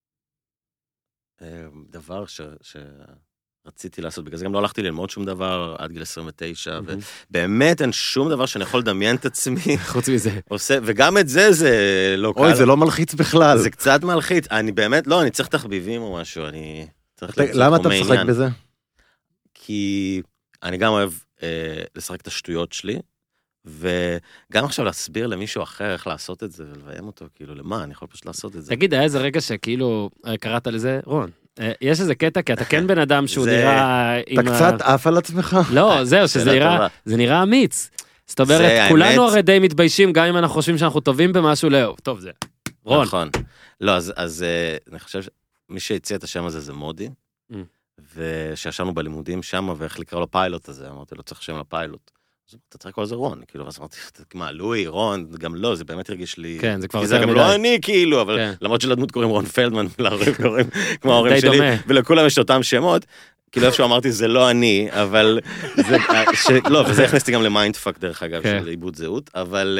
דבר שרציתי לעשות, בגלל זה גם לא הלכתי ללמוד שום דבר עד גיל עשרים ותשע, ובאמת אין שום דבר שאני יכול לדמיין את עצמי. חוץ מזה. וגם את זה זה לא קל. אוי, זה לא מלחיץ בכלל. זה קצת מלחיץ. אני באמת, לא, אני צריך תחביבים או משהו, אני... למה אתה משחק בזה? כי אני גם אוהב לשחק את השטויות שלי, וגם עכשיו להסביר למישהו אחר איך לעשות את זה, ולביים אותו, כאילו, למה? אני יכול פשוט לעשות את זה. תגיד, היה איזה רגע שכאילו, קראת לזה, רון, יש איזה קטע, כי אתה כן בן אדם שהוא נראה... אתה קצת עף על עצמך? לא, זהו, שזה נראה אמיץ. זאת אומרת, כולנו הרי די מתביישים, גם אם אנחנו חושבים שאנחנו טובים במשהו, לא, טוב זה. רון. נכון. לא, אז אני חושב שמי שהציע את השם הזה זה מודי, ושישבנו בלימודים שם, ואיך לקרוא לו פיילוט הזה, אמרתי לו, צריך שם לפיילוט. אתה צריך לקרוא לזה רון, כאילו, אז אמרתי, מה, לואי, רון, גם לא, זה באמת הרגיש לי... כן, זה כבר יותר מדי. זה גם לא אני, כאילו, אבל למרות שלדמות קוראים רון פלדמן, להורים קוראים כמו ההורים שלי, ולכולם יש אותם שמות, כאילו איפשהו אמרתי, זה לא אני, אבל... לא, וזה הכנסתי גם למיינדפאק, דרך אגב, של עיבוד זהות, אבל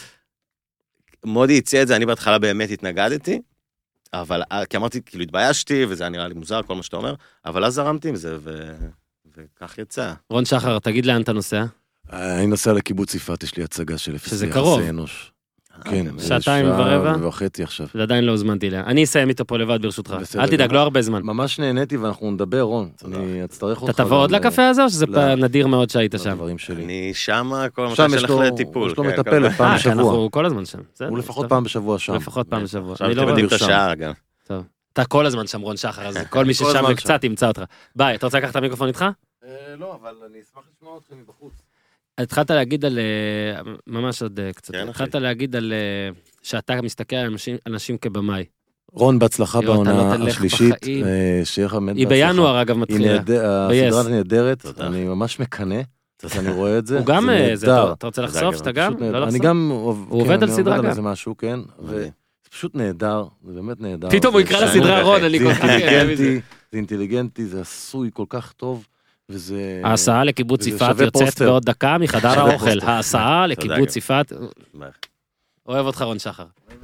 מודי הציע את זה, אני בהתחלה באמת התנגדתי, אבל, כי אמרתי, כאילו, התביישתי, וזה היה נראה לי מוזר, כל מה שאתה אומר, אבל אז זרמתי עם זה, וכך יצא. רון שחר, תגיד לאן אתה נוסע? אני נוסע לקיבוץ יפעת, יש לי הצגה של אפס שזה קרוב. אנוש. כן, שעתיים ורבע? שעה וחצי עכשיו. ועדיין לא הוזמנתי אליה. אני אסיים איתו פה לבד ברשותך. אל תדאג, לא הרבה זמן. ממש נהניתי ואנחנו נדבר, רון. אני אצטרך אותך. אתה תבוא עוד לקפה הזה או שזה נדיר מאוד שהיית שם? אני שמה, כל מה שלך לטיפול. יש לו מטפלת פעם בשבוע. אנחנו כל הזמן שם. הוא לפחות פעם בשבוע שם. לפחות פעם בשבוע. עכשיו אתם יודעים את השעה גם. טוב. אתה כל הזמן שם רון שחר, אז כל מי ששם וקצת ימצא אותך. ביי, אתה רוצה לקחת את המיקרופון איתך? לא, אבל אני אשמח לשמוע אתכם מבחוץ. התחלת להגיד על, ממש עוד קצת, התחלת להגיד על שאתה מסתכל על אנשים כבמאי. רון, בהצלחה בעונה השלישית, שיהיה לך באמת בהצלחה. היא בינואר אגב מתחילה. הסדרה נהדרת, אני ממש מקנא, אני רואה את זה. הוא גם, אתה רוצה לחשוף שאתה גם? אני גם, הוא עובד על סדרה גם. זה משהו, כן, זה פשוט נהדר, זה באמת נהדר. פתאום הוא יקרא לסדרה רון, אני כל כך אוהב את זה. זה אינטליגנטי, זה עשוי כל כך טוב. ההסעה לקיבוץ יפעת יוצאת בעוד דקה מחדר האוכל. ההסעה לקיבוץ יפעת. אוהב אותך רון שחר.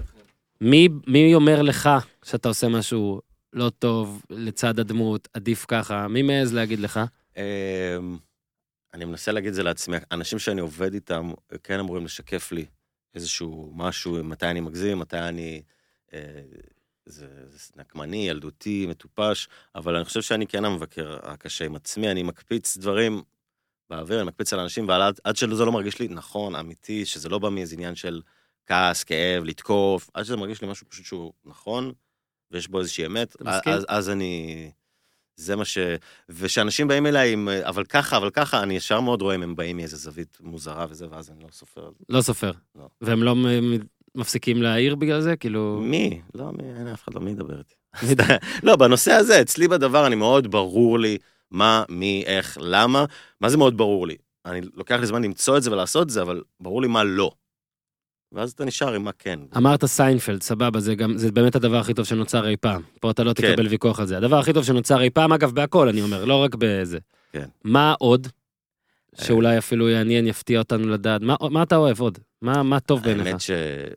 מי אומר לך שאתה עושה משהו לא טוב לצד הדמות, עדיף ככה? מי מעז להגיד לך? אני מנסה להגיד זה לעצמי. אנשים שאני עובד איתם כן אמורים לשקף לי איזשהו משהו, מתי אני מגזים, מתי אני... זה, זה נקמני, ילדותי, מטופש, אבל אני חושב שאני כן המבקר הקשה עם עצמי, אני מקפיץ דברים באוויר, אני מקפיץ על אנשים, ועד עד שזה לא מרגיש לי נכון, אמיתי, שזה לא בא מאיזה עניין של כעס, כאב, לתקוף, עד שזה מרגיש לי משהו פשוט שהוא נכון, ויש בו איזושהי אמת, אז, אז אני... זה מה ש... ושאנשים באים אליי עם, אבל ככה, אבל ככה, אני ישר מאוד רואה אם הם באים מאיזה זווית מוזרה וזה, ואז אני לא סופר. לא סופר. לא. והם לא... מפסיקים להעיר בגלל זה, כאילו... מי? לא, מי, אין אף אחד לא, מי ידבר איתי. לא, בנושא הזה, אצלי בדבר, אני מאוד ברור לי מה, מי, איך, למה, מה זה מאוד ברור לי. אני לוקח לי זמן למצוא את זה ולעשות את זה, אבל ברור לי מה לא. ואז אתה נשאר עם מה כן. אמרת סיינפלד, סבבה, זה גם, זה באמת הדבר הכי טוב שנוצר אי פעם. פה אתה לא תקבל ויכוח על זה. הדבר הכי טוב שנוצר אי פעם, אגב, בהכל, אני אומר, לא רק בזה. כן. מה עוד? שאולי אפילו יעניין, יפתיע אותנו לדעת. מה, מה אתה אוהב עוד? מה, מה טוב בעיניך? האמת ש...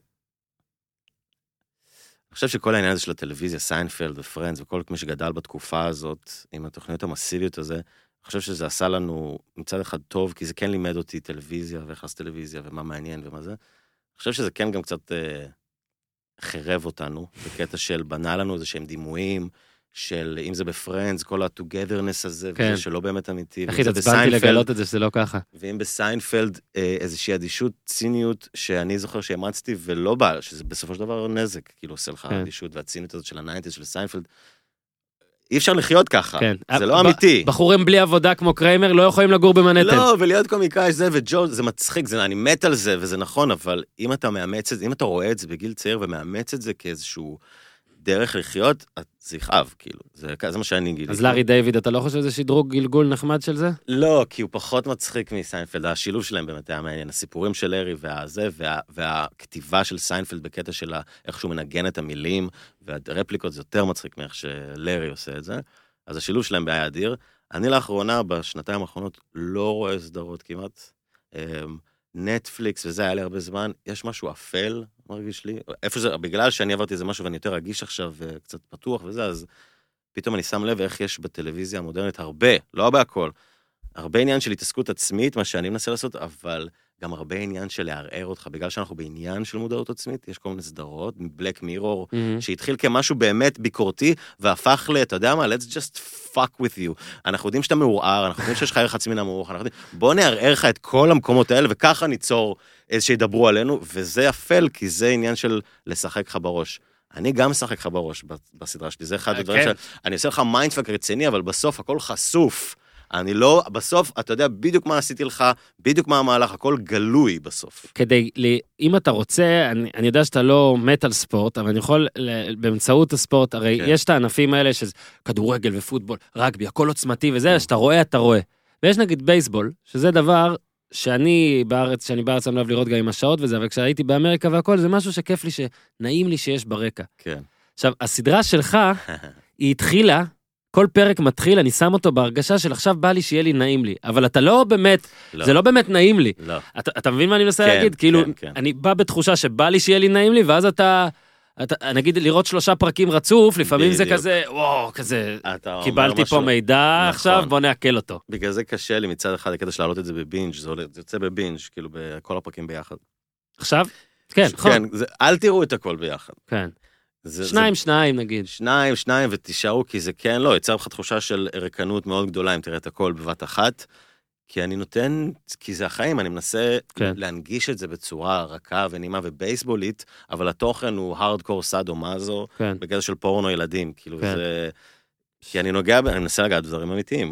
אני חושב שכל העניין הזה של הטלוויזיה, סיינפלד ופרנדס, וכל מי שגדל בתקופה הזאת, עם התוכניות המסיביות הזה, אני חושב שזה עשה לנו מצד אחד טוב, כי זה כן לימד אותי טלוויזיה, ואיך לעשות טלוויזיה, ומה מעניין ומה זה. אני חושב שזה כן גם קצת אה, חרב אותנו, בקטע של בנה לנו איזה שהם דימויים, של אם זה בפרנדס, כל ה-togetherness הזה, כן. וזה שלא באמת אמיתי. אחי, תצבנתי לגלות את זה, שזה לא ככה. ואם בסיינפלד אה, איזושהי אדישות, ציניות, שאני זוכר שהאמצתי, ולא בא, שזה בסופו של דבר נזק, כאילו עושה לך כן. אדישות, והציניות הזאת של הניינטיז, של סיינפלד, אי אפשר לחיות ככה, כן. זה לא אמיתי. בחורים בלי עבודה כמו קריימר לא יכולים לגור במנהטן. לא, ולהיות קומיקאי זה וג'ו, זה מצחיק, זה, אני מת על זה, וזה נכון, אבל אם אתה מאמץ את זה, אם אתה רואה את זה בגיל צעיר ומאמץ את זה כאיזשהו דרך לחיות, זה יכאב, כאילו, זה, זה מה שאני גיליתי. אז לארי דיוויד, אתה לא חושב שזה שדרוג גלגול נחמד של זה? לא, כי הוא פחות מצחיק מסיינפלד, השילוב שלהם באמת היה מעניין, הסיפורים של לארי והזה, וה, והכתיבה של סיינפלד בקטע של איך שהוא מנגן את המילים, והרפליקות זה יותר מצחיק מאיך שלארי עושה את זה, אז השילוב שלהם היה אדיר. אני לאחרונה, בשנתיים האחרונות, לא רואה סדרות כמעט, נטפליקס, וזה היה לי הרבה זמן, יש משהו אפל, מרגיש לי, איפה זה, בגלל שאני עברתי איזה משהו ואני יותר רגיש עכשיו, קצת פתוח וזה, אז פתאום אני שם לב איך יש בטלוויזיה המודרנית הרבה, לא הרבה הכל, הרבה עניין של התעסקות עצמית, מה שאני מנסה לעשות, אבל גם הרבה עניין של לערער אותך, בגלל שאנחנו בעניין של מודעות עצמית, יש כל מיני סדרות, בלק מירור, mm-hmm. שהתחיל כמשהו באמת ביקורתי, והפך ל, אתה יודע מה, let's just fuck with you. אנחנו יודעים שאתה מעורער, אנחנו יודעים שיש לך ערך עצמי נמוך, אנחנו יודעים, בוא נערער לך את כל המקומות האלה, וככה ניצור איזה שידברו עלינו, וזה אפל, כי זה עניין של לשחק לך בראש. אני גם משחק לך בראש בסדרה שלי, זה אחד הדברים של, אני עושה לך מיינדפאק רציני, אבל בסוף הכל חשוף. אני לא, בסוף, אתה יודע בדיוק מה עשיתי לך, בדיוק מה המהלך, הכל גלוי בסוף. כדי, אם אתה רוצה, אני, אני יודע שאתה לא מת על ספורט, אבל אני יכול, באמצעות הספורט, הרי כן. יש את הענפים האלה, שזה כדורגל ופוטבול, רגבי, הכל עוצמתי וזה, כן. שאתה רואה, אתה רואה. ויש נגיד בייסבול, שזה דבר שאני בארץ, שאני בארץ אני אוהב לראות גם עם השעות וזה, אבל כשהייתי באמריקה והכל, זה משהו שכיף לי, שנעים לי שיש ברקע. כן. עכשיו, הסדרה שלך, היא התחילה, כל פרק מתחיל, אני שם אותו בהרגשה של עכשיו בא לי שיהיה לי נעים לי, אבל אתה לא באמת, לא. זה לא באמת נעים לי. לא. אתה, אתה מבין מה אני מנסה כן, להגיד? כאילו, כן, כן. אני בא בתחושה שבא לי שיהיה לי נעים לי, ואז אתה, אתה נגיד לראות שלושה פרקים רצוף, לפעמים בדיוק. זה כזה, וואו, כזה, קיבלתי פה מידע נכון. עכשיו, בוא נעכל אותו. בגלל זה קשה לי מצד אחד, כדי שלהעלות את זה בבינג', זה יוצא בבינג', כאילו בכל הפרקים ביחד. עכשיו? כן, נכון. כן, זה, אל תראו את הכל ביחד. כן. זה, שניים, זה... שניים נגיד. שניים, שניים, ותישארו, כי זה כן, לא, יצר לך תחושה של רקנות מאוד גדולה, אם תראה את הכל בבת אחת, כי אני נותן, כי זה החיים, אני מנסה כן. להנגיש את זה בצורה רכה ונימה ובייסבולית, אבל התוכן הוא הארדקור סאדו מזו, כן. בגלל של פורנו ילדים, כאילו כן. זה, כי אני נוגע, אני מנסה לגעת בדברים אמיתיים,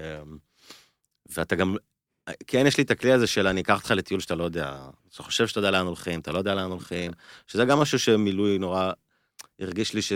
ואתה גם, כן, יש לי את הכלי הזה של אני אקח אותך לטיול שאתה לא יודע, אתה חושב שאתה יודע לאן הולכים, אתה לא יודע לאן הולכים, שזה גם משהו שמילוי נורא, הרגיש לי ש...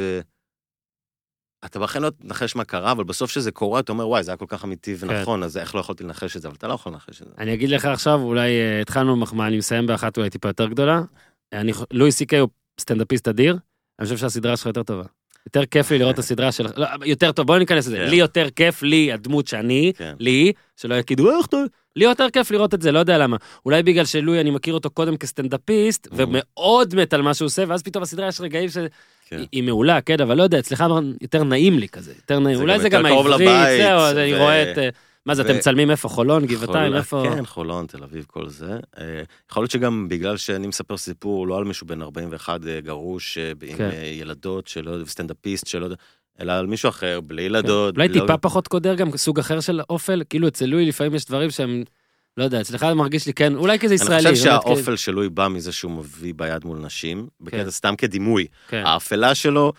אתה בכן לא תנחש מה קרה, אבל בסוף שזה קורה, אתה אומר, וואי, זה היה כל כך אמיתי ונכון, אז איך לא יכולתי לנחש את זה, אבל אתה לא יכול לנחש את זה. אני אגיד לך עכשיו, אולי התחלנו מחמאה, אני מסיים באחת, אולי טיפה יותר גדולה. לואי סי קיי הוא סטנדאפיסט אדיר, אני חושב שהסדרה שלך יותר טובה. יותר כיף לי לראות את הסדרה שלך, יותר טוב, בואו ניכנס לזה. לי יותר כיף, לי, הדמות שאני, לי, שלא יגידו, איך אתה... לי יותר כיף לראות את זה, לא יודע למה. אולי בגלל שלוי, אני מכיר אותו קודם כסטנדאפיסט, ומאוד מת על מה שהוא עושה, ואז פתאום הסדרה יש רגעים שהיא מעולה, כן, אבל לא יודע, אצלך יותר נעים לי כזה, יותר נעים. אולי זה גם העברית, זהו, אני רואה את... מה זה, אתם מצלמים איפה? חולון, גבעתיים, איפה? כן, חולון, תל אביב, כל זה. יכול להיות שגם בגלל שאני מספר סיפור, לא על מישהו בן ארבעים ואחת גרוש, עם ילדות, סטנדאפיסט, שלא יודע, אלא על מישהו אחר, בלי ילדות. אולי טיפה פחות קודר גם סוג אחר של אופל, כאילו אצל לואי לפעמים יש דברים שהם, לא יודע, אצלך מרגיש לי כן, אולי כזה ישראלי. אני חושב שהאופל של לואי בא מזה שהוא מביא ביד מול נשים, בקטע סתם כדימוי. האפלה שלו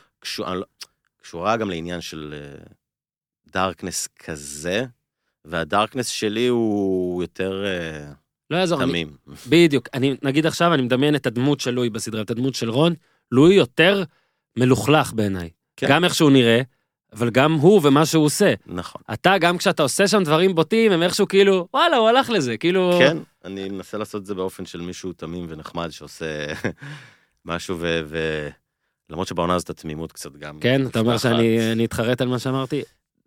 קשורה גם לעניין של דארקנס כזה, והדארקנס שלי הוא יותר תמים. בדיוק, נגיד עכשיו אני מדמיין את הדמות של לואי בסדרה, את הדמות של רון, לואי יותר מלוכלך בעיניי. גם איך שהוא נראה, אבל גם הוא ומה שהוא עושה. נכון. אתה, גם כשאתה עושה שם דברים בוטים, הם איכשהו כאילו, וואלה, הוא הלך לזה, כאילו... כן, אני מנסה לעשות את זה באופן של מישהו תמים ונחמד, שעושה משהו ו... ו... למרות שבעונה הזאת התמימות קצת גם... כן, אתה אומר שאני אתחרט על מה שאמרתי.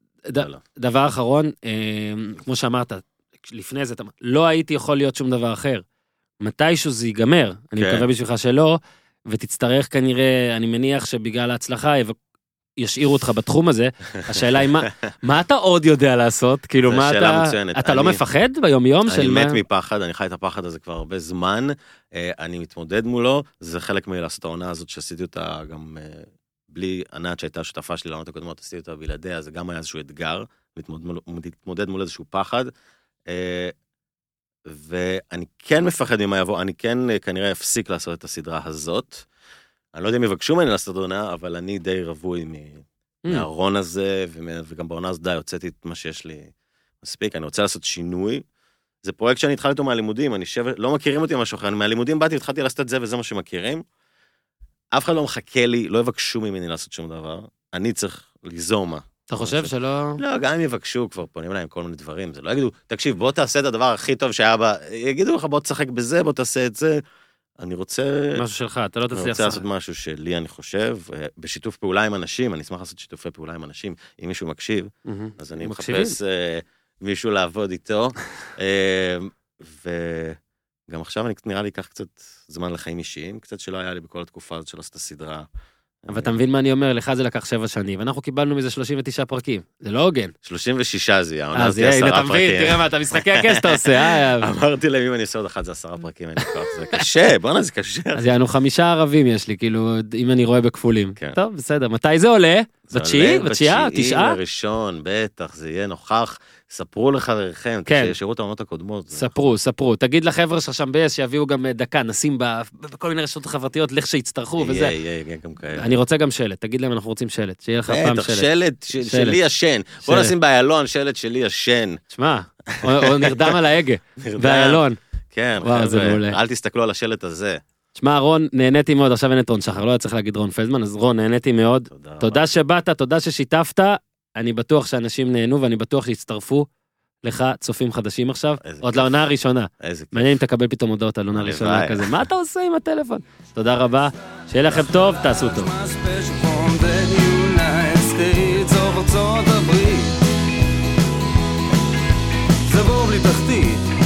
דבר אחרון, כמו שאמרת, לפני זה, לא הייתי יכול להיות שום דבר אחר. מתישהו זה ייגמר, אני מקווה בשבילך שלא, ותצטרך כנראה, אני מניח שבגלל ההצלחה ישאירו אותך בתחום הזה, השאלה היא, מה אתה עוד יודע לעשות? כאילו, מה אתה... אתה לא מפחד ביום יום? אני מת מפחד, אני חי את הפחד הזה כבר הרבה זמן, אני מתמודד מולו, זה חלק מלעשות העונה הזאת שעשיתי אותה גם בלי ענת שהייתה שותפה שלי לעונות הקודמות, עשיתי אותה בלעדיה, זה גם היה איזשהו אתגר, להתמודד מול איזשהו פחד, ואני כן מפחד ממה יבוא, אני כן כנראה אפסיק לעשות את הסדרה הזאת, אני לא יודע אם יבקשו ממני לעשות עונה, אבל אני די רבוי מהארון הזה, וגם בעונה הזאת די, הוצאתי את מה שיש לי מספיק, אני רוצה לעשות שינוי, זה פרויקט שאני התחלתי אותו מהלימודים, אני שב, לא מכירים אותי משהו אחר, אני מהלימודים באתי, התחלתי לעשות את זה, וזה מה שמכירים, אף אחד לא מחכה לי, לא יבקשו ממני לעשות שום דבר, אני צריך ליזום מה. אתה חושב שלא... לא, גם אם יבקשו, כבר פונים להם כל מיני דברים, זה לא יגידו, תקשיב, בוא תעשה את הדבר הכי טוב שהיה בה, יגידו לך, בוא תשחק בזה, בוא תעשה את זה. אני רוצה... משהו שלך, אתה לא אני תצליח רוצה לעשות משהו שלי, אני חושב, בשיתוף פעולה עם אנשים, אני אשמח לעשות שיתופי פעולה עם אנשים, אם מישהו מקשיב, אז אני מחפש מישהו לעבוד איתו, וגם עכשיו אני נראה לי כך קצת זמן לחיים אישיים, קצת שלא היה לי בכל התקופה הזאת של לעשות הסדרה. אבל אתה מבין מה אני אומר, לך זה לקח שבע שנים, ואנחנו קיבלנו מזה שלושים ותשעה פרקים, זה לא הוגן. שלושים ושישה זה יהיה, אה, זה יהיה, אתה מבין, תראה מה, אתה משחקי הכס אתה עושה, אה, אמרתי להם, אם אני עושה עוד אחת, זה עשרה פרקים, אין לי כוח, זה קשה, בוא'נה, זה קשה. אז יענו חמישה ערבים יש לי, כאילו, אם אני רואה בכפולים. כן. טוב, בסדר, מתי זה עולה? בתשיעי? בתשיעה? בתשיעי תשעה? לראשון, בטח, זה יהיה נוכח, ספרו לחבריכם, כן. כשירו את העונות הקודמות. ספרו, ספרו, תגיד לחבר'ה שלך שם ביש, שיביאו גם דקה, נשים בכל מיני רשתות חברתיות, לך שיצטרכו וזה. יהיה, יהיה, יהיה גם כאלה. אני רוצה גם שלט, תגיד להם אנחנו רוצים שלט, שיהיה לך פעם בטח, שלט. שלט של- שלי ישן. בוא שלט. נשים באיילון שלט שלי ישן. שמע, או או נרדם על ההגה, נרדם. באיילון. כן, וואו, זה חבר'ה, מעולה. אל תסתכלו על השלט הזה. שמע, רון, נהניתי מאוד, עכשיו אין את רון שחר, לא היה צריך להגיד רון פלדמן, אז רון, נהניתי מאוד. תודה רבה. תודה שבאת, תודה ששיתפת, אני בטוח שאנשים נהנו, ואני בטוח שיצטרפו לך צופים חדשים עכשיו, איזה עוד כיף. לעונה הראשונה. איזה כיף. מעניין אם תקבל פתאום הודעות על עונה הלוואי. ראשונה כזה, מה אתה עושה עם הטלפון? תודה רבה, שיהיה לכם טוב, תעשו טוב. My special from the United States of ארצות הברית. זה בור בלי תחתית